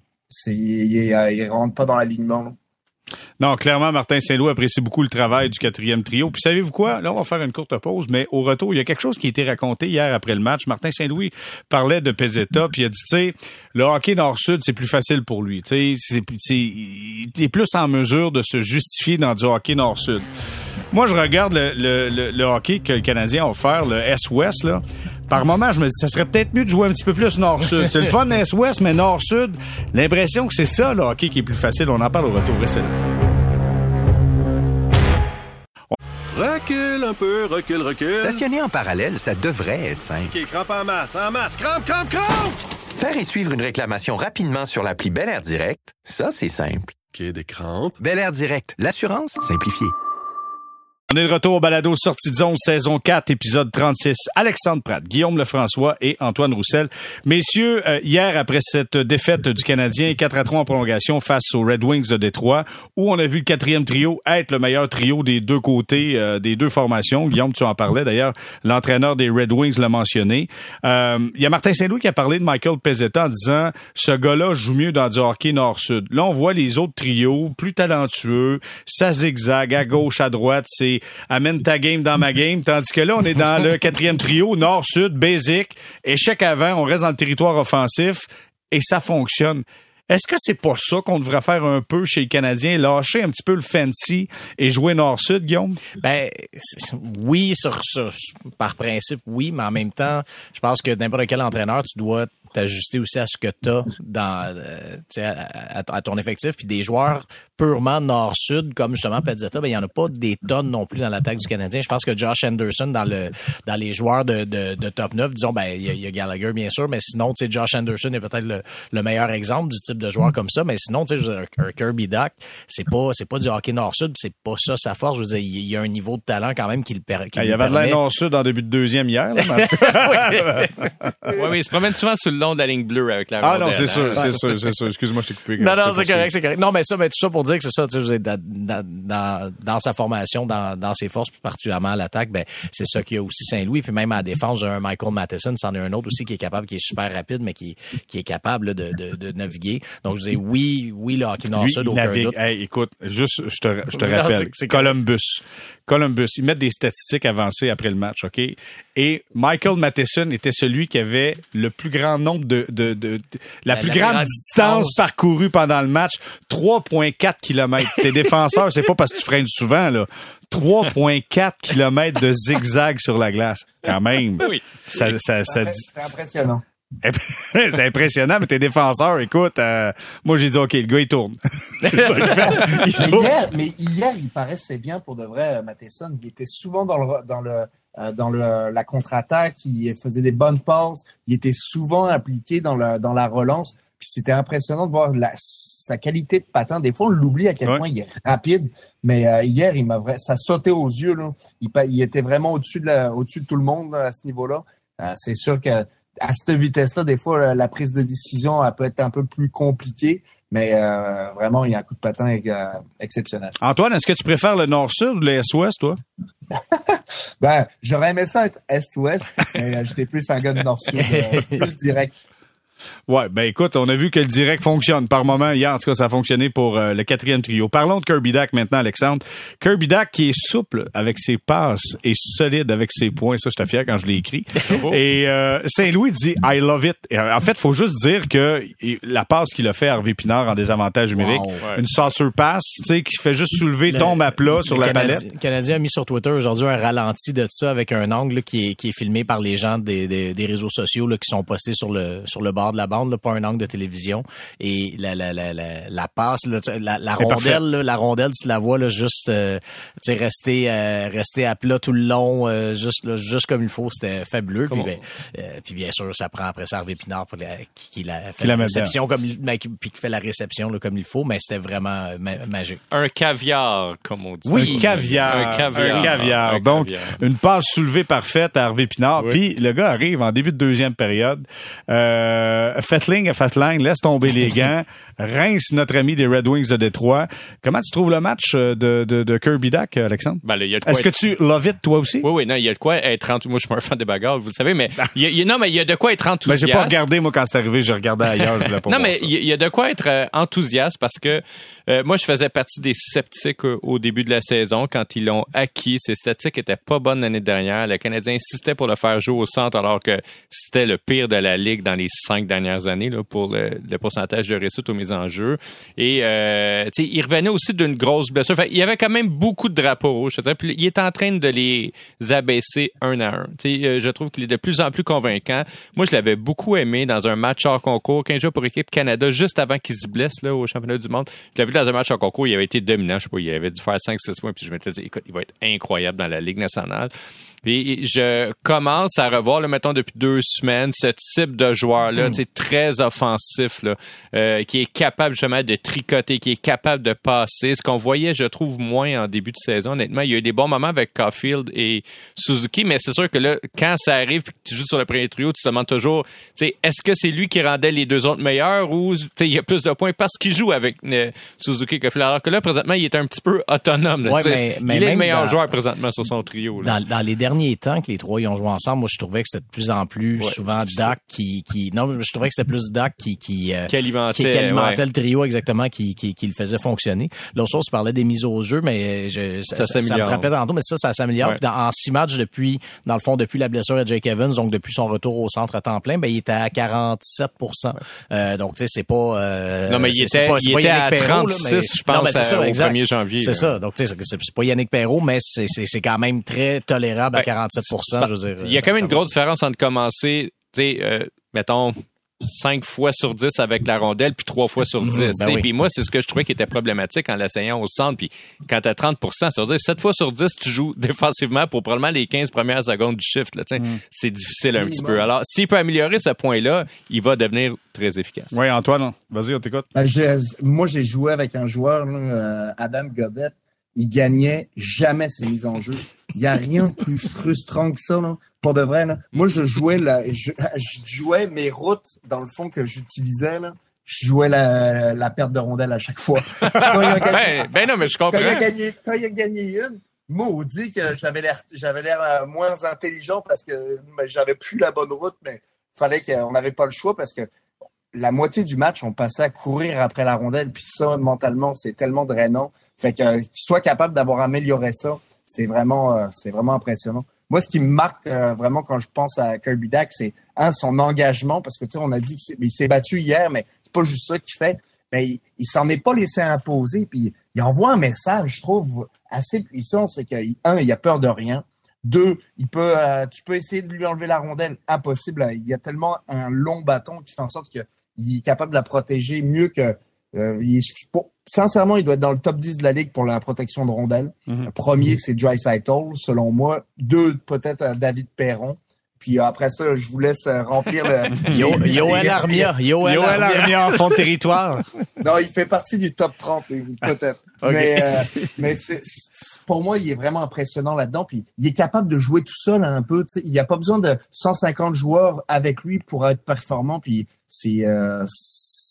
ils rentrent pas dans l'alignement. Là. Non, clairement, Martin Saint-Louis apprécie beaucoup le travail du 4e trio. Puis savez-vous quoi? Là, on va faire une courte pause, mais au retour, il y a quelque chose qui a été raconté hier après le match. Martin Saint-Louis parlait de Pezzetta, puis il a dit, tu sais, le hockey Nord-Sud, c'est plus facile pour lui. Tu sais, il est plus en mesure de se justifier dans du hockey Nord-Sud. Moi, je regarde le hockey que le Canadien a offert, le S-Ouest, là. Par moment, je me dis, ça serait peut-être mieux de jouer un petit peu plus Nord-Sud. C'est le fun Est-Ouest, mais Nord-Sud, l'impression que c'est ça, le hockey qui est plus facile. On en parle au retour. Restez là. Recule un peu, recule. Stationner en parallèle, ça devrait être simple. OK, crampe en masse. Crampe! Faire et suivre une réclamation rapidement sur l'appli Bel Air Direct, ça, c'est simple. OK, des crampes. Bel Air Direct, l'assurance simplifiée. On est de retour au balado Sortie de zone, saison 4, épisode 36. Alexandre Pratt, Guillaume Lefrançois et Antoine Roussel. Messieurs, hier, après cette défaite du Canadien, 4-3 en prolongation face aux Red Wings de Détroit, où on a vu le 4e trio être le meilleur trio des 2 côtés, des 2 formations. Guillaume, tu en parlais. D'ailleurs, l'entraîneur des Red Wings l'a mentionné. Il y a Martin Saint-Louis qui a parlé de Michael Pezzetta en disant « Ce gars-là joue mieux dans du hockey nord-sud ». Là, on voit les autres trios plus talentueux. Ça zigzague à gauche, à droite. C'est amène ta game dans ma game, tandis que là, on est dans le 4e trio, nord-sud, basic, échec avant, on reste dans le territoire offensif, et ça fonctionne. Est-ce que c'est pas ça qu'on devrait faire un peu chez les Canadiens, lâcher un petit peu le fancy et jouer nord-sud, Guillaume? Ben, oui, par principe, oui, mais en même temps, je pense que n'importe quel entraîneur, tu dois t'ajuster aussi à ce que t'as dans, à ton effectif, puis des joueurs purement nord-sud, comme justement Pezzetta, ben il y en a pas des tonnes non plus dans l'attaque du Canadien. Je pense que Josh Anderson dans les joueurs de top 9, disons, ben il y a Gallagher bien sûr, mais sinon, tu sais, Josh Anderson est peut-être le meilleur exemple du type de joueur comme ça, mais sinon, tu sais, un Kirby Dach, c'est pas du hockey nord-sud, c'est pas ça sa force. Je veux dire, il y a un niveau de talent quand même qui le permet. Il y avait de l'air nord-sud en début de 2e hier. Là, oui, il se promène souvent sur le long de la ligne bleue avec la rondelle. Non, c'est sûr. Excuse-moi, je t'ai coupé. Non, c'est correct. Non, mais tout ça pour dire que c'est ça, tu sais, dans sa formation, dans ses forces, plus particulièrement à l'attaque, ben, c'est ça qu'il y a aussi Saint-Louis, puis même à la défense, un Michael Matheson, c'en est un autre aussi qui est capable, qui est super rapide, mais qui est capable là, de naviguer. Donc, je dis oui, le hockey nord-sud, aucun doute. Hey, écoute, juste, je te rappelle, c'est Columbus, ils mettent des statistiques avancées après le match, OK? Et Michael Matheson était celui qui avait le plus grand nombre la plus grande distance parcourue pendant le match, 3,4 km. Tes défenseurs, c'est pas parce que tu freines souvent, là. 3,4 km de zigzag sur la glace. Quand même. Oui. Ça dit. C'est impressionnant. C'est impressionnant, mais tes défenseurs, écoute, moi j'ai dit OK, le gars il tourne. Mais hier, il paraissait bien pour de vrai, Matheson. Il était souvent dans la contre-attaque, il faisait des bonnes passes, il était souvent impliqué dans la relance. Puis c'était impressionnant de voir sa qualité de patin. Des fois, on l'oublie à quel point il est rapide, mais hier, ça sautait aux yeux. Là. Il était vraiment au-dessus de tout le monde là, à ce niveau-là. C'est sûr que à cette vitesse-là, des fois, la prise de décision elle peut être un peu plus compliquée. Mais vraiment, il y a un coup de patin exceptionnel. Antoine, est-ce que tu préfères le nord-sud ou l'est-ouest, toi? Ben, j'aurais aimé ça être est-ouest, mais j'étais plus un gars de nord-sud, plus direct. Ouais, ben écoute, on a vu que le direct fonctionne par moment. Hier, en tout cas, ça a fonctionné pour le 4e trio. Parlons de Kirby Dach maintenant, Alexandre. Kirby Dach qui est souple avec ses passes et solide avec ses points. Ça, j'étais fier quand je l'ai écrit. Et Saint-Louis dit « I love it ». En fait, faut juste dire que la passe qu'il a fait à Harvey Pinard en désavantage numérique, une saucer pass, tu sais, qui fait juste soulever, tombe à plat sur la palette. Le Canadien a mis sur Twitter aujourd'hui un ralenti de ça avec un angle là, qui est filmé par les gens des réseaux sociaux là, qui sont postés sur le bord de la bande, là, pas un angle de télévision. Et la passe, là, la rondelle, là, la rondelle, tu la vois là, juste rester à plat tout le long, juste comme il faut, c'était fabuleux. Puis bien sûr, ça prend après ça Harvey Pinard pour qui fait la réception puis qui fait la réception là, comme il faut, mais c'était vraiment magique. Un caviar, comme on dit. Oui, un caviar. Donc, une passe soulevée parfaite à Harvey Pinard. Oui. Puis le gars arrive en début de deuxième période. Fatline, laisse tomber les gants, rince notre ami des Red Wings de Détroit. Comment tu trouves le match de Kirby Dach, Alexandre? Ben, là, est-ce que tu love it, toi aussi? Oui, non, il y a de quoi être enthousiaste. Moi, je suis un fan des bagarres, vous le savez, mais il y a de quoi être enthousiaste. Mais j'ai pas regardé, moi, quand c'est arrivé, j'ai regardé ailleurs. Non, mais il y a de quoi être enthousiaste parce que moi, je faisais partie des sceptiques au début de la saison quand ils l'ont acquis. Ces statistiques étaient pas bonnes l'année dernière. Le Canadien insistait pour le faire jouer au centre alors que c'était le pire de la Ligue dans les 5 dernières années là, pour le pourcentage de réussite aux mises en jeu. Et il revenait aussi d'une grosse blessure. Fait, il y avait quand même beaucoup de drapeaux rouges. Puis il est en train de les abaisser un à un. Je trouve qu'il est de plus en plus convaincant. Moi, je l'avais beaucoup aimé dans un match hors concours, 15 jours pour équipe Canada, juste avant qu'il se blesse là, au championnat du monde. Je l'avais vu dans un match hors concours, il avait été dominant. Je sais pas, il avait dû faire 5-6 points. Puis je m'étais dit, écoute, il va être incroyable dans la Ligue nationale. Puis je commence à revoir, là, mettons, depuis 2 semaines, ce type de joueur-là, très offensif, là, qui est capable justement de tricoter, qui est capable de passer. Ce qu'on voyait, je trouve, moins en début de saison. Honnêtement, il y a eu des bons moments avec Caulfield et Suzuki, mais c'est sûr que là, quand ça arrive et que tu joues sur le premier trio, tu te demandes toujours, est-ce que c'est lui qui rendait les deux autres meilleurs ou il y a plus de points parce qu'il joue avec Suzuki et Caulfield. Alors que là, présentement, il est un petit peu autonome. Là, mais il est le meilleur joueur présentement sur son trio. Là. Dans les derniers temps que les trois ils ont joué ensemble, moi je trouvais que c'était de plus en plus souvent Dach qui non, je trouvais que c'était plus Dach qui alimentait le trio exactement, qui le faisait fonctionner. L'autre chose, tu parlais des mises au jeu, mais ça me frappait tantôt, mais ça s'améliore. Ouais. En 6 matchs depuis la blessure à Jake Evans, donc depuis son retour au centre à temps plein, ben il était à 47%. Ouais. Donc tu sais c'est pas non mais il était à 36 là, je pense au 1er janvier. C'est ça. Donc tu sais c'est pas Yannick Perreault, mais c'est quand même très tolérable à 47%, je veux dire. Il y a quand même une grosse différence entre commencer, tu sais, mettons 5 fois sur 10 avec la rondelle, puis 3 fois sur 10. Puis moi, c'est ce que je trouvais qui était problématique en l'essayant au centre. Puis quand t'as 30%, c'est-à-dire 7 fois sur 10, tu joues défensivement pour probablement les 15 premières secondes du shift. Là, c'est difficile un petit peu. Alors, s'il peut améliorer ce point-là, il va devenir très efficace. Oui, Antoine, vas-y, on t'écoute. Moi, j'ai joué avec un joueur, là, Adam Godet. Il gagnait jamais ses mises en jeu. Il y a rien de plus frustrant que ça, là. Pour de vrai, là. Moi, je jouais mes routes, dans le fond, que j'utilisais, là. Je jouais la perte de rondelle à chaque fois. Ben non, mais je comprends. Quand il a gagné une, maudit que j'avais l'air moins intelligent parce que j'avais plus la bonne route, mais fallait qu'on n'avait pas le choix parce que la moitié du match, on passait à courir après la rondelle, puis ça, mentalement, c'est tellement drainant. Fait que qu'il soit capable d'avoir amélioré ça, c'est vraiment impressionnant. Moi, ce qui me marque vraiment quand je pense à Kirby Dach, c'est son engagement, parce que tu sais, on a dit qu'il s'est battu hier, mais c'est pas juste ça qu'il fait. Mais il s'en est pas laissé imposer, puis il envoie un message, je trouve, assez puissant, c'est que il a peur de rien. 2, tu peux essayer de lui enlever la rondelle, impossible. Il y a tellement un long bâton qui fait en sorte qu'il est capable de la protéger mieux que sincèrement, il doit être dans le top 10 de la Ligue pour la protection de rondelles. Le premier, c'est Draisaitl, selon moi. 2, peut-être David Perron. Puis après ça, je vous laisse remplir le... Yoel Armia en fond de territoire. Non, il fait partie du top 30, peut-être. Okay. Mais pour moi, il est vraiment impressionnant là-dedans. Puis il est capable de jouer tout seul un peu. Tu sais, il n'y a pas besoin de 150 joueurs avec lui pour être performant. Puis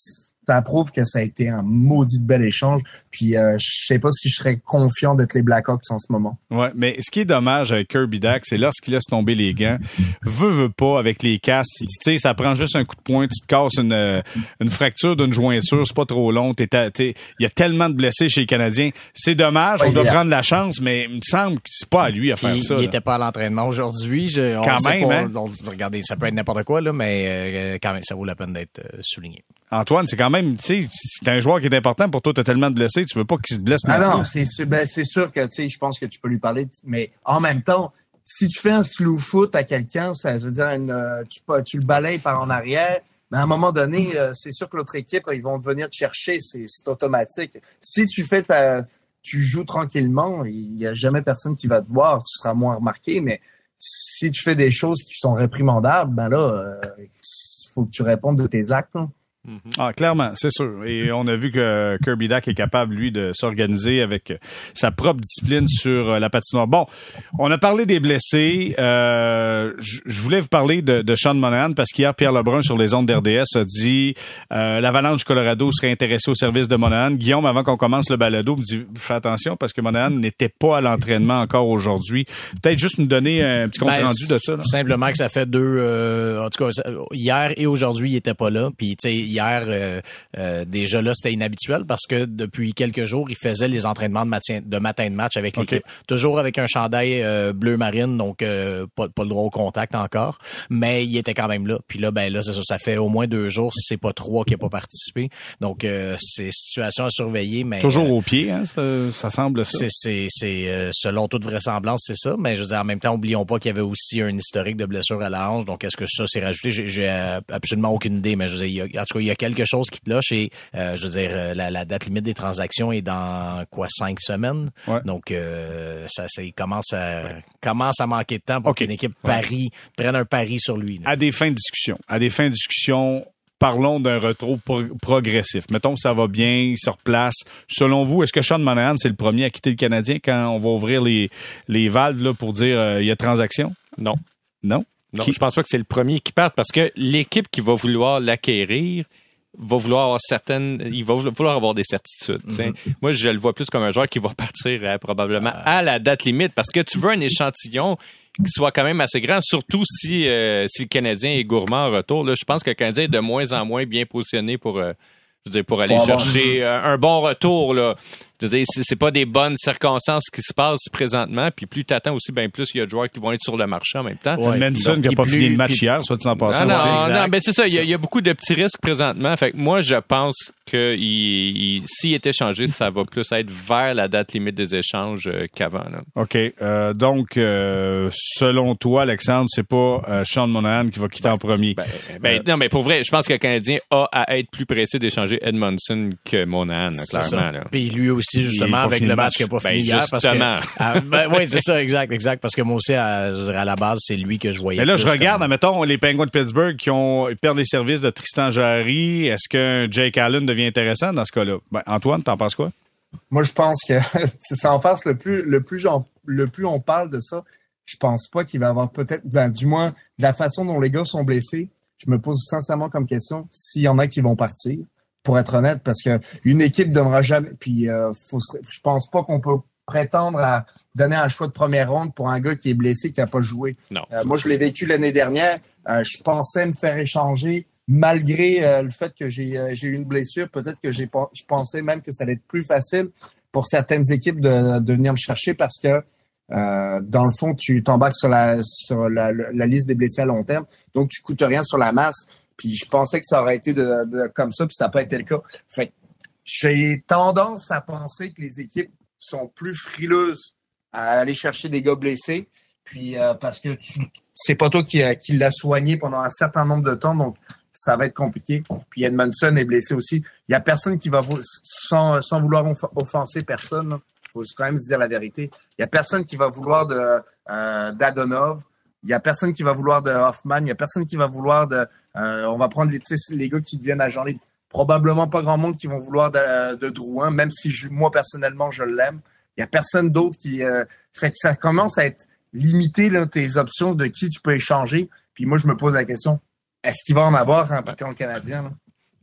ça prouve que ça a été un maudit bel échange. Puis je sais pas si je serais confiant d'être les Blackhawks en ce moment. Ouais, mais ce qui est dommage avec Kirby Dach, c'est lorsqu'il laisse tomber les gants, veut pas avec les casques. Tu sais, ça prend juste un coup de poing, tu te casses une fracture d'une jointure, c'est pas trop long. Il y a tellement de blessés chez les Canadiens. C'est dommage, on doit prendre la chance, mais il me semble que c'est pas à lui à faire ça. Il était pas à l'entraînement aujourd'hui. Regardez, ça peut être n'importe quoi là, mais quand même, ça vaut la peine d'être souligné. Antoine, c'est quand même, tu sais, c'est un joueur qui est important pour toi, t'as tellement de blessés, tu veux pas qu'il se blesse. Non, c'est sûr que, tu sais, je pense que tu peux lui parler, mais en même temps, si tu fais un slew foot à quelqu'un, ça veut dire tu le balayes par en arrière, mais à un moment donné, c'est sûr que l'autre équipe, ils vont venir te chercher, c'est automatique. Si tu joues tranquillement, il y a jamais personne qui va te voir, tu seras moins remarqué, mais si tu fais des choses qui sont réprimandables, ben là, faut que tu répondes de tes actes, là. Ah, clairement, c'est sûr. Et on a vu que Kirby Dach est capable, lui, de s'organiser avec sa propre discipline sur la patinoire. Bon, on a parlé des blessés. Je voulais vous parler de Sean Monahan parce qu'hier, Pierre Lebrun, sur les ondes d'RDS, a dit l'Avalanche du Colorado serait intéressé au service de Monahan. Guillaume, avant qu'on commence le balado, me dit fais attention parce que Monahan n'était pas à l'entraînement encore aujourd'hui. Peut-être juste nous donner un petit compte-rendu de ça. Là. Simplement que ça fait en tout cas, hier et aujourd'hui, il était pas là. Puis, tu sais, hier, déjà là, c'était inhabituel parce que depuis quelques jours, il faisait les entraînements de matin de match avec l'équipe. Toujours avec un chandail bleu marine, donc pas le droit au contact encore. Mais il était quand même là. Puis là, ben là, c'est ça, ça fait au moins 2 jours, si c'est pas 3 qui n'a pas participé. Donc, c'est situation à surveiller. Mais toujours au pied, hein, ça semble ça. C'est selon toute vraisemblance, c'est ça. Mais je veux dire, en même temps, oublions pas qu'il y avait aussi un historique de blessure à la hanche. Donc, est-ce que ça s'est rajouté? J'ai absolument aucune idée, mais je veux dire, en tout cas, il y a quelque chose qui te lâche et je veux dire la date limite des transactions est dans 5 semaines. Ouais. Donc ça commence à manquer de temps pour qu'une équipe prenne un pari sur lui. Là. À des fins de discussion, parlons d'un retour progressif. Mettons que ça va bien, il se replace. Selon vous, est-ce que Sean Monahan, c'est le premier à quitter le Canadien quand on va ouvrir les valves là, pour dire il y a transaction? Non. Non? Non, je pense pas que c'est le premier qui parte parce que l'équipe qui va vouloir l'acquérir va vouloir avoir des certitudes. Mm-hmm. Moi, je le vois plus comme un joueur qui va partir probablement à la date limite parce que tu veux un échantillon qui soit quand même assez grand, surtout si le Canadien est gourmand en retour. Là, je pense que le Canadien est de moins en moins bien positionné pour aller chercher un bon retour. Là. Je veux dire, c'est pas des bonnes circonstances qui se passent présentement. Puis plus t'attends aussi, ben plus il y a de joueurs qui vont être sur le marché en même temps. Ouais. Manson qui n'a pas fini le match hier, soit tu en passes. Non, ben c'est ça. Il y a beaucoup de petits risques présentement. Fait que moi, je pense que s'il est échangé, ça va plus être vers la date limite des échanges qu'avant. Là. OK. Donc, selon toi, Alexandre, c'est pas Sean Monahan qui va quitter en premier. Non, mais pour vrai, je pense que le Canadien a à être plus pressé d'échanger Edmondson que Monahan, là, clairement. Là. Puis lui aussi, justement, avec le match qui n'a pas fini hier. Justement. Oui, c'est ça, exact. Parce que moi aussi, à la base, c'est lui que je voyais. Mais là, je regarde, admettons, les Penguins de Pittsburgh qui perdent les services de Tristan Jarry. Est-ce qu'un Jake Allen devient intéressant dans ce cas-là? Ben, Antoine, t'en penses quoi? Moi, je pense que sans farce, le plus on parle de ça, je pense pas qu'il va avoir peut-être, du moins, de la façon dont les gars sont blessés, je me pose sincèrement comme question s'il y en a qui vont partir. Pour être honnête, parce que une équipe donnera jamais. Puis, je pense pas qu'on peut prétendre à donner un choix de première ronde pour un gars qui est blessé, qui a pas joué. Non. Moi, je l'ai vécu l'année dernière. Je pensais me faire échanger malgré le fait que j'ai eu une blessure. Peut-être que je pensais même que ça allait être plus facile pour certaines équipes de venir me chercher parce que dans le fond, tu t'embarques sur la liste des blessés à long terme. Donc, tu coûtes rien sur la masse. Puis je pensais que ça aurait été comme ça, puis ça n'a pas été le cas. Fait que j'ai tendance à penser que les équipes sont plus frileuses à aller chercher des gars blessés. Puis parce que c'est pas toi qui l'as soigné pendant un certain nombre de temps, donc ça va être compliqué. Puis Edmondson est blessé aussi. Il y a personne qui va sans vouloir offenser personne. Il faut quand même se dire la vérité. Il y a personne qui va vouloir d'Adonov. Il y a personne qui va vouloir de Hoffman. Il y a personne qui va vouloir on va prendre les gars qui deviennent agents libres. Probablement pas grand monde qui vont vouloir de Drouin, même si moi, personnellement, je l'aime. Il y a personne d'autre qui... fait que ça commence à être limité, là, tes options de qui tu peux échanger. Puis moi, je me pose la question, est-ce qu'il va en avoir un partant canadien? Là?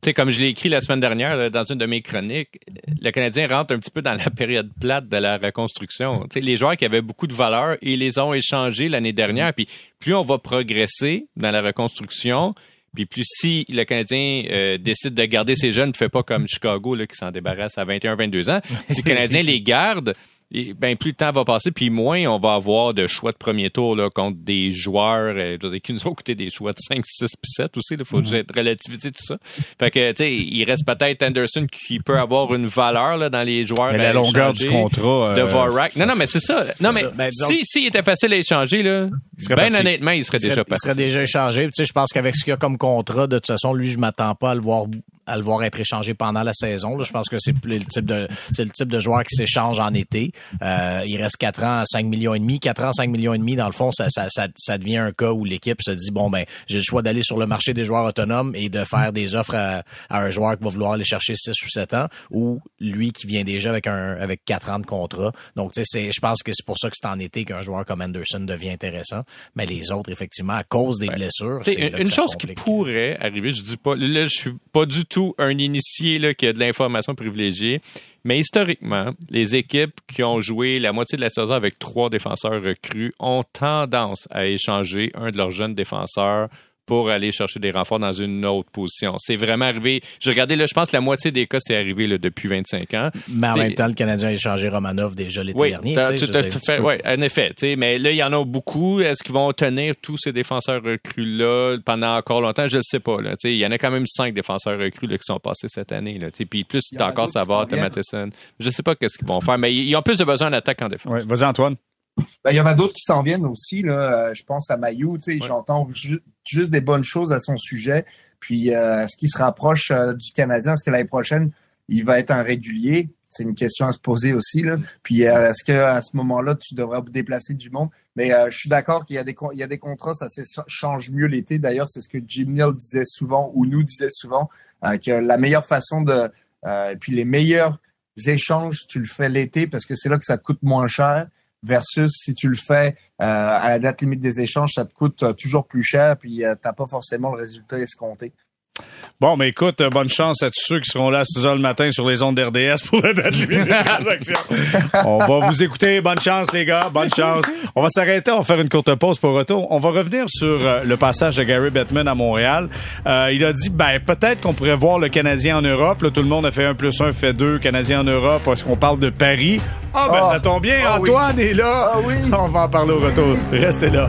sais, comme je l'ai écrit la semaine dernière là, dans une de mes chroniques, le Canadien rentre un petit peu dans la période plate de la reconstruction. Tu sais, les joueurs qui avaient beaucoup de valeur, ils les ont échangés l'année dernière. Puis plus on va progresser dans la reconstruction, puis plus si le Canadien décide de garder ses jeunes, ne fait pas comme Chicago là, qui s'en débarrasse à 21-22 ans. Si le Canadien les garde, et, ben plus le temps va passer, puis moins on va avoir de choix de premier tour là, contre des joueurs qui nous ont coûté des choix de 5, 6 puis 7 aussi. Il faut être relativiser tout ça. Fait que tu sais, il reste peut-être Anderson qui peut avoir une valeur là, dans les joueurs. Mais la longueur du contrat de Vorak. Non, mais c'est ça. Non, mais Ben, si il était facile à échanger, là, ben honnêtement, il serait déjà passé. Il serait déjà échangé. Tu sais, je pense qu'avec ce qu'il y a comme contrat, de toute façon, lui, je m'attends pas à le voir être échangé pendant la saison. Là, je pense que c'est le type de joueur qui s'échange en été. Il reste 4 ans à 5 millions et demi. 4 ans, 5 millions et demi, dans le fond, ça devient un cas où l'équipe se dit, bon, ben, j'ai le choix d'aller sur le marché des joueurs autonomes et de faire des offres à un joueur qui va vouloir aller chercher 6 ou 7 ans, ou lui qui vient déjà avec 4 ans de contrat. Donc, tu sais, je pense que c'est pour ça que c'est en été qu'un joueur comme Anderson devient intéressant. Mais les autres, effectivement, à cause des blessures, c'est une chose qui pourrait arriver, je dis pas, là, je suis pas du tout un initié là, qui a de l'information privilégiée, mais historiquement, les équipes qui ont joué la moitié de la saison avec 3 défenseurs recrues ont tendance à échanger un de leurs jeunes défenseurs pour aller chercher des renforts dans une autre position. C'est vraiment arrivé. Je regardais là, je pense que la moitié des cas, c'est arrivé là, depuis 25 ans. Mais en même temps, le Canadien a échangé Romanov déjà l'été dernier. Oui, en effet. Mais là, il y en a beaucoup. Est-ce qu'ils vont tenir tous ces défenseurs recrues-là pendant encore longtemps? Je ne sais pas. Là. Il y en a quand même 5 défenseurs recrues là, qui sont passés cette année. Là. Puis plus, tu as encore Savard, tu as Matheson. Je ne sais pas qu'est-ce qu'ils vont faire, mais ils ont plus de besoin en attaque qu'en défense. Ouais, vas-y, Antoine. Ben, il y en a d'autres qui s'en viennent aussi, là. Je pense à Mailloux, tu sais, j'entends juste des bonnes choses à son sujet. Puis, est-ce qu'il se rapproche du Canadien? Est-ce que l'année prochaine, il va être un régulier? C'est une question à se poser aussi, là. Puis, est-ce que à ce moment-là, tu devrais déplacer du monde? Mais je suis d'accord qu'il y a des contrats, ça change mieux l'été. D'ailleurs, c'est ce que Jim Neal disait souvent, ou nous disait souvent, que la meilleure façon puis les meilleurs échanges, tu le fais l'été parce que c'est là que ça coûte moins cher. Versus si tu le fais à la date limite des échanges, ça te coûte toujours plus cher, puis t'as pas forcément le résultat escompté. Bon, mais écoute, bonne chance à tous ceux qui seront là à 6 heures le matin sur les ondes d'RDS pour la date limite des transactions. On va vous écouter. Bonne chance, les gars. Bonne chance. On va s'arrêter. On va faire une courte pause pour retour. On va revenir sur le passage de Gary Bettman à Montréal. Il a dit, peut-être qu'on pourrait voir le Canadien en Europe. Là, tout le monde a fait 1+1 fait 2. Canadien en Europe. Parce qu'on parle de Paris. Ça tombe bien. Antoine est là. Ah oui. On va en parler au retour. Restez là.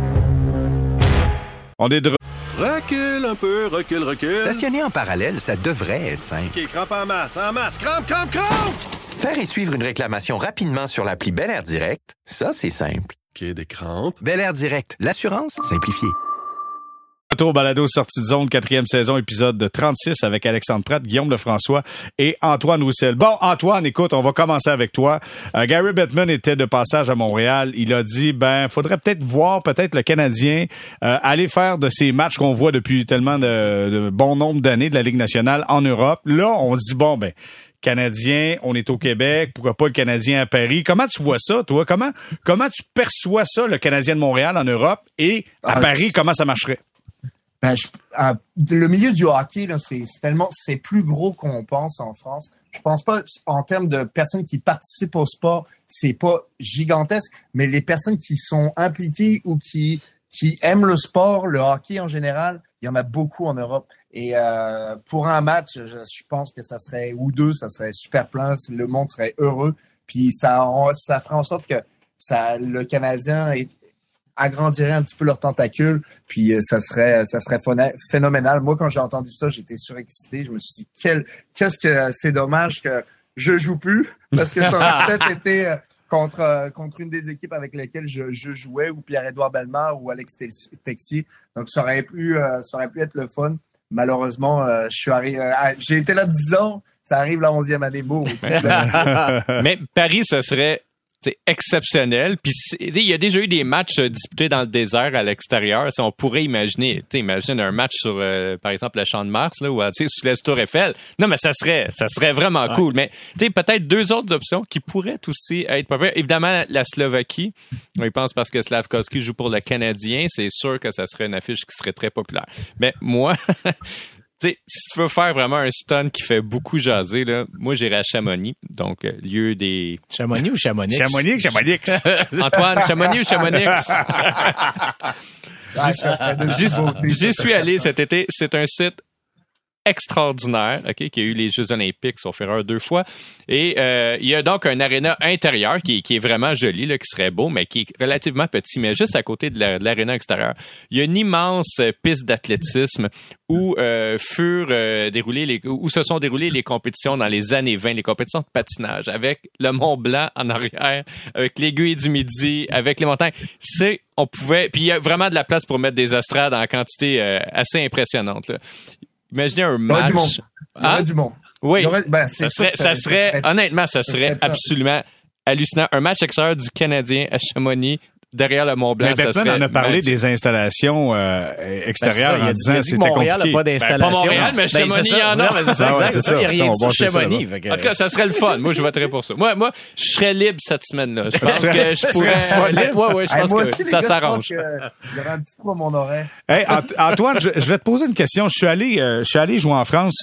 On est de Recule un peu, recule. Stationner en parallèle, ça devrait être simple. OK, crampe en masse, crampe! Faire et suivre une réclamation rapidement sur l'appli Bel Air Direct, ça, c'est simple. OK, des crampes. Bel Air Direct, l'assurance simplifiée. Retour balado sortie de zone, 4e saison, épisode 36 avec Alexandre Pratt, Guillaume Lefrançois et Antoine Roussel. Bon, Antoine, écoute, on va commencer avec toi. Gary Bettman était de passage à Montréal. Il a dit, faudrait peut-être voir le Canadien aller faire de ces matchs qu'on voit depuis tellement de bon nombre d'années de la Ligue nationale en Europe. Là, on dit, Canadien, on est au Québec, pourquoi pas le Canadien à Paris? Comment tu vois ça, toi? Comment tu perçois ça, le Canadien de Montréal en Europe et à Paris, comment ça marcherait? Le milieu du hockey, là, c'est plus gros qu'on pense en France. Je pense pas, en termes de personnes qui participent au sport, c'est pas gigantesque, mais les personnes qui sont impliquées ou qui aiment le sport, le hockey en général, il y en a beaucoup en Europe. Et pour un match, je pense que ça serait, ou deux, ça serait super plein, le monde serait heureux. Puis ça ferait en sorte que le Canadien agrandirait un petit peu leurs tentacules, puis ça serait phénoménal. Moi, quand j'ai entendu ça, j'étais surexcité. Je me suis dit, qu'est-ce que c'est dommage que je joue plus, parce que ça aurait peut-être été contre une des équipes avec lesquelles je jouais, ou Pierre-Édouard Bellemare ou Alex Texier. Donc, ça aurait pu être le fun. Malheureusement, j'ai été là 10 ans, ça arrive la 11e année beau. Mais Paris, ça serait exceptionnel. Puis il y a déjà eu des matchs disputés dans le désert à l'extérieur. On pourrait imaginer un match sur, par exemple, le Champ de Mars, là, ou sous la Tour Eiffel. Non, mais ça serait vraiment cool. Mais peut-être deux autres options qui pourraient aussi être populaires. Évidemment, la Slovaquie. On y pense parce que Slavkovski joue pour le Canadien. C'est sûr que ça serait une affiche qui serait très populaire. Mais moi, tu sais, si tu veux faire vraiment un stun qui fait beaucoup jaser, là, moi, j'irais à Chamonix. Donc, lieu des... Chamonix ou Chamonix? Chamonix. Antoine, Chamonix ou Chamonix? J'y suis allé cet été. C'est un site extraordinaire, ok, qui a eu les Jeux Olympiques sauf erreur 2 fois. Et il y a donc un aréna intérieur qui est vraiment joli, là, qui serait beau, mais qui est relativement petit, mais juste à côté de l'aréna extérieure. Il y a une immense piste d'athlétisme où où se sont déroulées les compétitions dans les années 20, les compétitions de patinage, avec le Mont Blanc en arrière, avec l'aiguille du Midi, avec les montagnes. On pouvait, puis il y a vraiment de la place pour mettre des estrades en quantité assez impressionnante, là. Imaginez un match. Il y aurait du monde. Oui. Ça serait honnêtement, ça serait absolument hallucinant. Un match extérieur du Canadien à Chamonix, derrière le Mont-Blanc, ça serait... on a parlé des installations extérieures en disant que c'était compliqué. Montréal n'a pas d'installation. Pas Montréal, mais Chamonix, il y en a. C'est ça, exact. Il n'y a rien sur Chamonix. En tout cas, ça serait le fun. Moi, je voterais pour ça. Moi, je serais libre cette semaine-là. Je pense que je pourrais... Ouais, je pense que ça s'arrange. Il y aurait un petit trou à mon oreille. Hey, Antoine, je vais te poser une question. Je suis allé jouer en France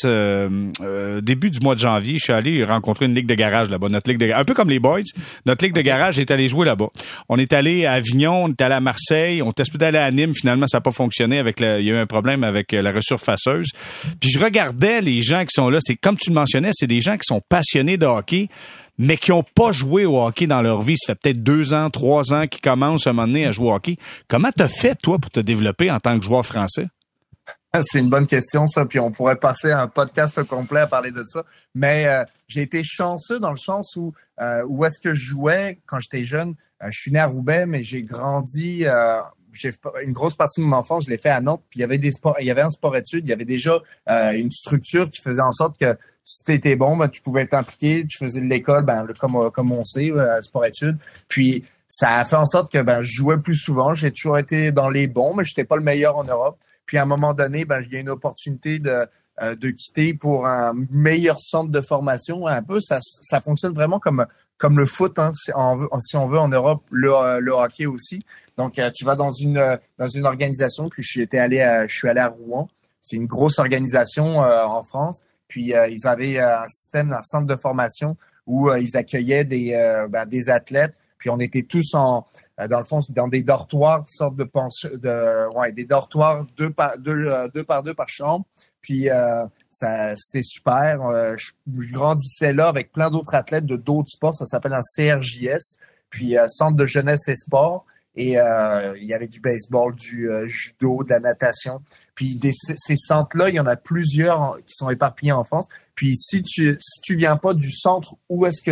début du mois de janvier. Je suis allé rencontrer une ligue de garage là-bas. Notre ligue de un peu comme les Boys. Notre ligue de garage est allé jouer là-bas. On est allé à Avignon, on est allé à Marseille, on était supposé aller à Nîmes, finalement ça n'a pas fonctionné il y a eu un problème avec la resurfaceuse. Puis je regardais les gens qui sont là, c'est comme tu le mentionnais, c'est des gens qui sont passionnés de hockey, mais qui n'ont pas joué au hockey dans leur vie. Ça fait peut-être 2 ans, 3 ans qu'ils commencent à un moment donné à jouer au hockey. Comment t'as fait, toi, pour te développer en tant que joueur français? C'est une bonne question, ça, puis on pourrait passer un podcast complet à parler de ça. Mais j'ai été chanceux dans le sens où est-ce que je jouais quand j'étais jeune. Je suis né à Roubaix, mais j'ai grandi. J'ai une grosse partie de mon enfance, je l'ai fait à Nantes. Puis il y avait des sports, il y avait un sport-études, il y avait déjà une structure qui faisait en sorte que si t'étais bon, ben tu pouvais t'impliquer, tu faisais de l'école, comme on sait, sport-études. Puis ça a fait en sorte que je jouais plus souvent. J'ai toujours été dans les bons, mais j'étais pas le meilleur en Europe. Puis à un moment donné, il y a une opportunité de quitter pour un meilleur centre de formation. Un peu, ça fonctionne vraiment comme le foot, hein, si on veut en Europe, le hockey aussi. Donc tu vas dans une organisation. Puis je suis allé à Rouen. C'est une grosse organisation en France. Puis ils avaient un centre de formation où ils accueillaient des athlètes. Puis on était tous dans le fond, dans des dortoirs, des sortes de pension, des dortoirs 2 par 2 par chambre. Puis c'était super. Je grandissais là avec plein d'autres athlètes de d'autres sports. Ça s'appelle un CRJS. Puis Centre de jeunesse et sport. Et il y avait du baseball, du judo, de la natation. Puis ces centres-là, il y en a plusieurs qui sont éparpillés en France. Puis si tu viens pas du centre, où est-ce que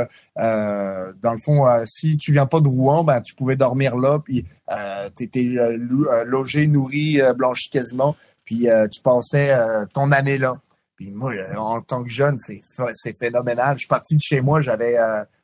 dans le fond, si tu viens pas de Rouen, tu pouvais dormir là. Puis t'étais logé, nourri, blanchi quasiment. Puis tu passais ton année là. Puis moi, en tant que jeune, c'est phénoménal. Je suis parti de chez moi, j'avais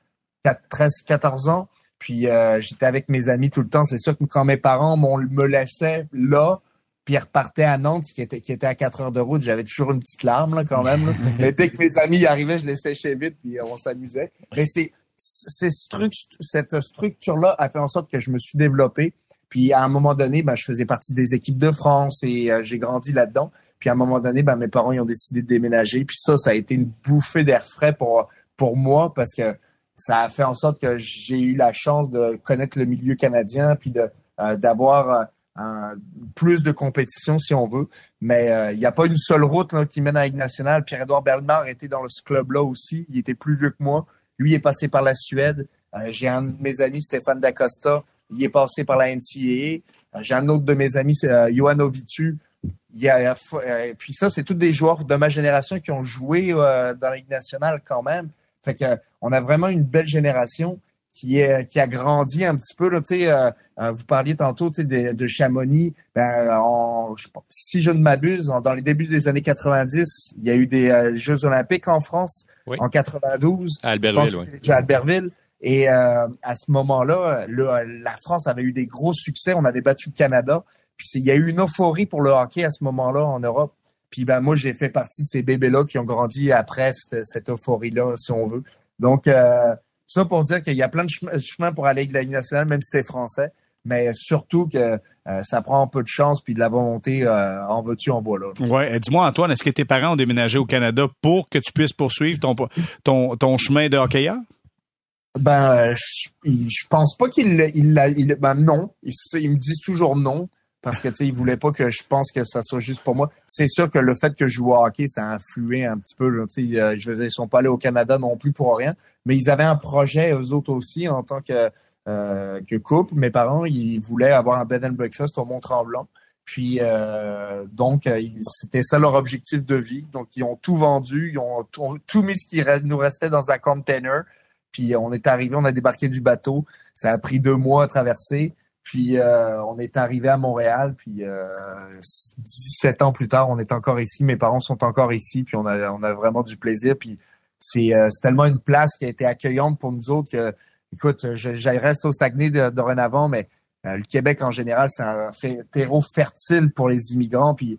14 ans. Puis j'étais avec mes amis tout le temps. C'est sûr que quand mes parents me laissaient là, puis ils repartaient à Nantes, qui était à 4 heures de route, j'avais toujours une petite larme là, quand même. Là. Mais dès que mes amis y arrivaient, je les séchais vite, puis on s'amusait. Mais cette structure-là a fait en sorte que je me suis développé. Puis à un moment donné, je faisais partie des équipes de France et j'ai grandi là-dedans. Puis à un moment donné, mes parents ils ont décidé de déménager. Puis ça a été une bouffée d'air frais pour moi parce que ça a fait en sorte que j'ai eu la chance de connaître le milieu canadien puis d'avoir plus de compétition si on veut. Mais il n'y a pas une seule route là, qui mène à la Ligue nationale. Pierre-Édouard Bellemare était dans ce club-là aussi. Il était plus vieux que moi. Lui il est passé par la Suède. J'ai un de mes amis, Stéphane Dacosta. Il est passé par la NCAA. J'ai un autre de mes amis, c'est Johan Ovitu. Puis ça, c'est tous des joueurs de ma génération qui ont joué dans la Ligue nationale quand même. Fait que on a vraiment une belle génération qui a grandi un petit peu là. Tu sais, vous parliez tantôt, tu sais, de Chamonix. Si je ne m'abuse, dans les débuts des années 90, il y a eu des Jeux Olympiques en France en 92. À Albertville, oui. À Albertville. Et à ce moment-là, la France avait eu des gros succès. On avait battu le Canada. Puis il y a eu une euphorie pour le hockey à ce moment-là en Europe. Puis moi, j'ai fait partie de ces bébés-là qui ont grandi après cette euphorie-là, si on veut. Donc, ça pour dire qu'il y a plein de chemins pour aller avec la Ligue nationale, même si t'es français. mais surtout que ça prend un peu de chance puis de la volonté, en veux-tu, en voilà. Ouais, dis-moi Antoine, est-ce que tes parents ont déménagé au Canada pour que tu puisses poursuivre ton chemin de hockeyeur? Je pense pas non. Ils me disent toujours non. Parce que, tu sais, ils voulaient pas que je pense que ça soit juste pour moi. C'est sûr que le fait que je joue au hockey, ça a influé un petit peu, tu sais, je veux dire, ils sont pas allés au Canada non plus pour rien. Mais ils avaient un projet, eux autres aussi, en tant que couple. Mes parents, ils voulaient avoir un bed and breakfast au Mont-Tremblant. Puis, donc, c'était ça leur objectif de vie. Donc, ils ont tout vendu, ils ont tout mis ce qui nous restait dans un container. Puis, on est arrivé, on a débarqué du bateau. Ça a pris 2 mois à traverser. Puis on est arrivé à Montréal, puis 17 ans plus tard, on est encore ici. Mes parents sont encore ici, puis on a vraiment du plaisir. Puis c'est tellement une place qui a été accueillante pour nous autres que, écoute, je reste au Saguenay dorénavant, mais le Québec en général, c'est un terreau fertile pour les immigrants. Puis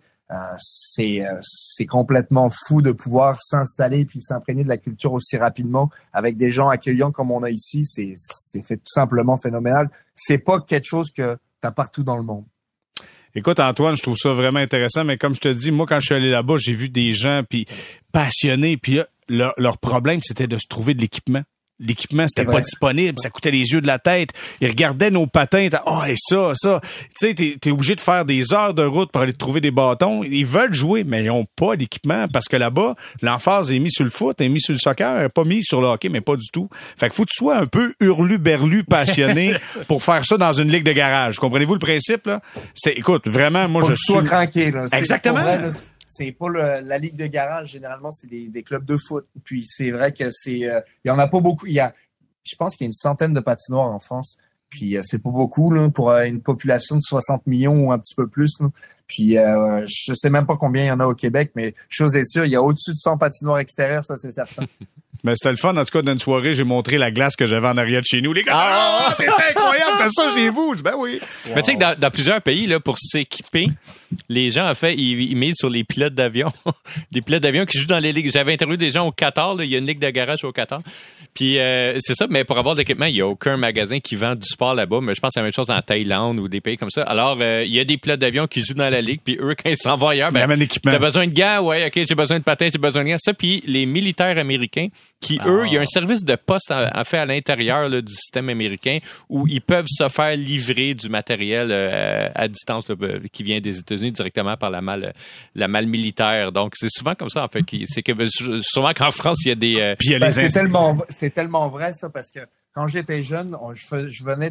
c'est complètement fou de pouvoir s'installer puis s'imprégner de la culture aussi rapidement avec des gens accueillants comme on a ici. C'est fait tout simplement phénoménal. C'est pas quelque chose que t'as partout dans le monde. Écoute, Antoine, je trouve ça vraiment intéressant, mais comme je te dis, moi, quand je suis allé là-bas, j'ai vu des gens puis passionnés, puis là, leur problème, c'était de se trouver de l'équipement. L'équipement, c'était pas disponible, ça coûtait les yeux de la tête. Ils regardaient nos patins, et ça. Tu sais, t'es obligé de faire des heures de route pour aller te trouver des bâtons. Ils veulent jouer, mais ils ont pas d'équipement parce que là-bas, l'emphase est mise sur le foot, est mise sur le soccer, pas mise sur le hockey, mais pas du tout. Fait que faut que tu sois un peu hurlu-berlu passionné pour faire ça dans une ligue de garage. Comprenez-vous le principe, là? Écoute, vraiment, moi, je suis... Sois tranquille, là. Exactement. C'est pas la ligue de garage, généralement, c'est des clubs de foot. Puis c'est vrai que il y en a pas beaucoup. Je pense qu'il y a une centaine de patinoires en France. Puis c'est pas beaucoup, là, pour une population de 60 millions ou un petit peu plus, là. Puis je sais même pas combien il y en a au Québec, mais chose est sûre, il y a au-dessus de 100 patinoires extérieures, ça c'est certain. Mais c'était le fun. En tout cas, d'une soirée, j'ai montré la glace que j'avais en arrière de chez nous. Les gars, c'est incroyable, t'as ça chez vous? Ben oui. Wow. Mais tu sais que dans plusieurs pays, là, pour s'équiper, les gens, en fait, ils misent sur les pilotes d'avion. Des pilotes d'avion qui jouent dans les ligues. J'avais interviewé des gens au Qatar, là. Il y a une ligue de garage au Qatar. Puis c'est ça, mais pour avoir de l'équipement, il y a aucun magasin qui vend du sport là-bas. Mais je pense que c'est la même chose en Thaïlande ou des pays comme ça. Alors, il y a des pilotes d'avion qui jouent dans la ligue, puis eux, quand ils s'en vont ailleurs, t'as besoin de gants, ouais, ok, j'ai besoin de patins, j'ai besoin de gants. Ça, puis les militaires américains qui, eux, il y a un service de poste en fait à l'intérieur là, du système américain où ils peuvent se faire livrer du matériel à distance là, qui vient des États-Unis directement par la malle militaire. Donc, c'est souvent comme ça, en fait. C'est que sûrement qu'en France, il y a des... Puis il y a c'est tellement vrai, ça, parce que quand j'étais jeune, je venais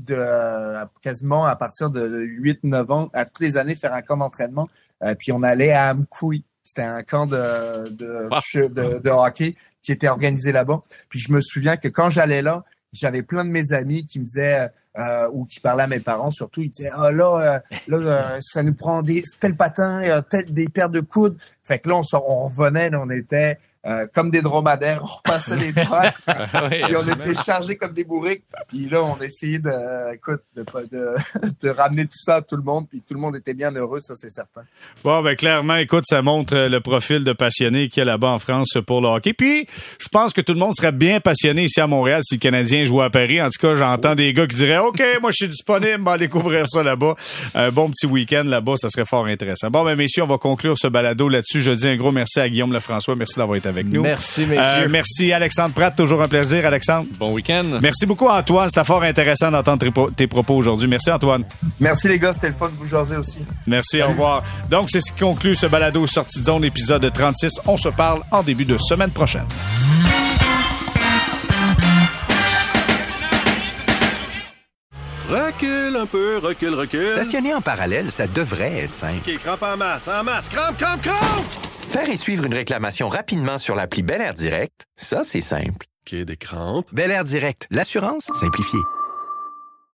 quasiment à partir de 8-9 ans, à toutes les années, faire un camp d'entraînement. Puis on allait à Amkoui. C'était un camp de hockey qui était organisé là-bas. Puis je me souviens que quand j'allais là, j'avais plein de mes amis qui me disaient ou qui parlaient à mes parents surtout, ils disaient ça nous prend tel patin, peut-être des paires de coudes. Fait que là on revenait, là, on était comme des dromadaires, on repassait les bras, et on était chargés comme des bourriques. Puis là, on essayait de ramener tout ça à tout le monde, puis tout le monde était bien heureux, ça c'est certain. Bon, ben clairement, écoute, ça montre le profil de passionné qu'il y a là-bas en France pour le hockey. Puis, je pense que tout le monde serait bien passionné ici à Montréal si le Canadien jouait à Paris. En tout cas, j'entends des gars qui diraient « OK, moi je suis disponible, on va aller couvrir ça là-bas. » Un bon petit week-end là-bas, ça serait fort intéressant. Bon, ben messieurs, on va conclure ce balado là-dessus. Je dis un gros merci à Guillaume Lefrançois. Merci d'avoir été avec nous. Merci, messieurs. Merci, Alexandre Pratt. Toujours un plaisir, Alexandre. Bon week-end. Merci beaucoup, Antoine. C'était fort intéressant d'entendre tes propos aujourd'hui. Merci, Antoine. Merci, les gars. C'était le fun de vous jaser aussi. Merci, au revoir. Donc, c'est ce qui conclut ce balado Sortie de zone, épisode 36. On se parle en début de semaine prochaine. Recule un peu, recule. Stationner en parallèle, ça devrait être simple. OK, crampe en masse, crampe! Faire et suivre une réclamation rapidement sur l'appli Bel Air Direct, ça, c'est simple. OK, des crampes. Bel Air Direct, l'assurance simplifiée.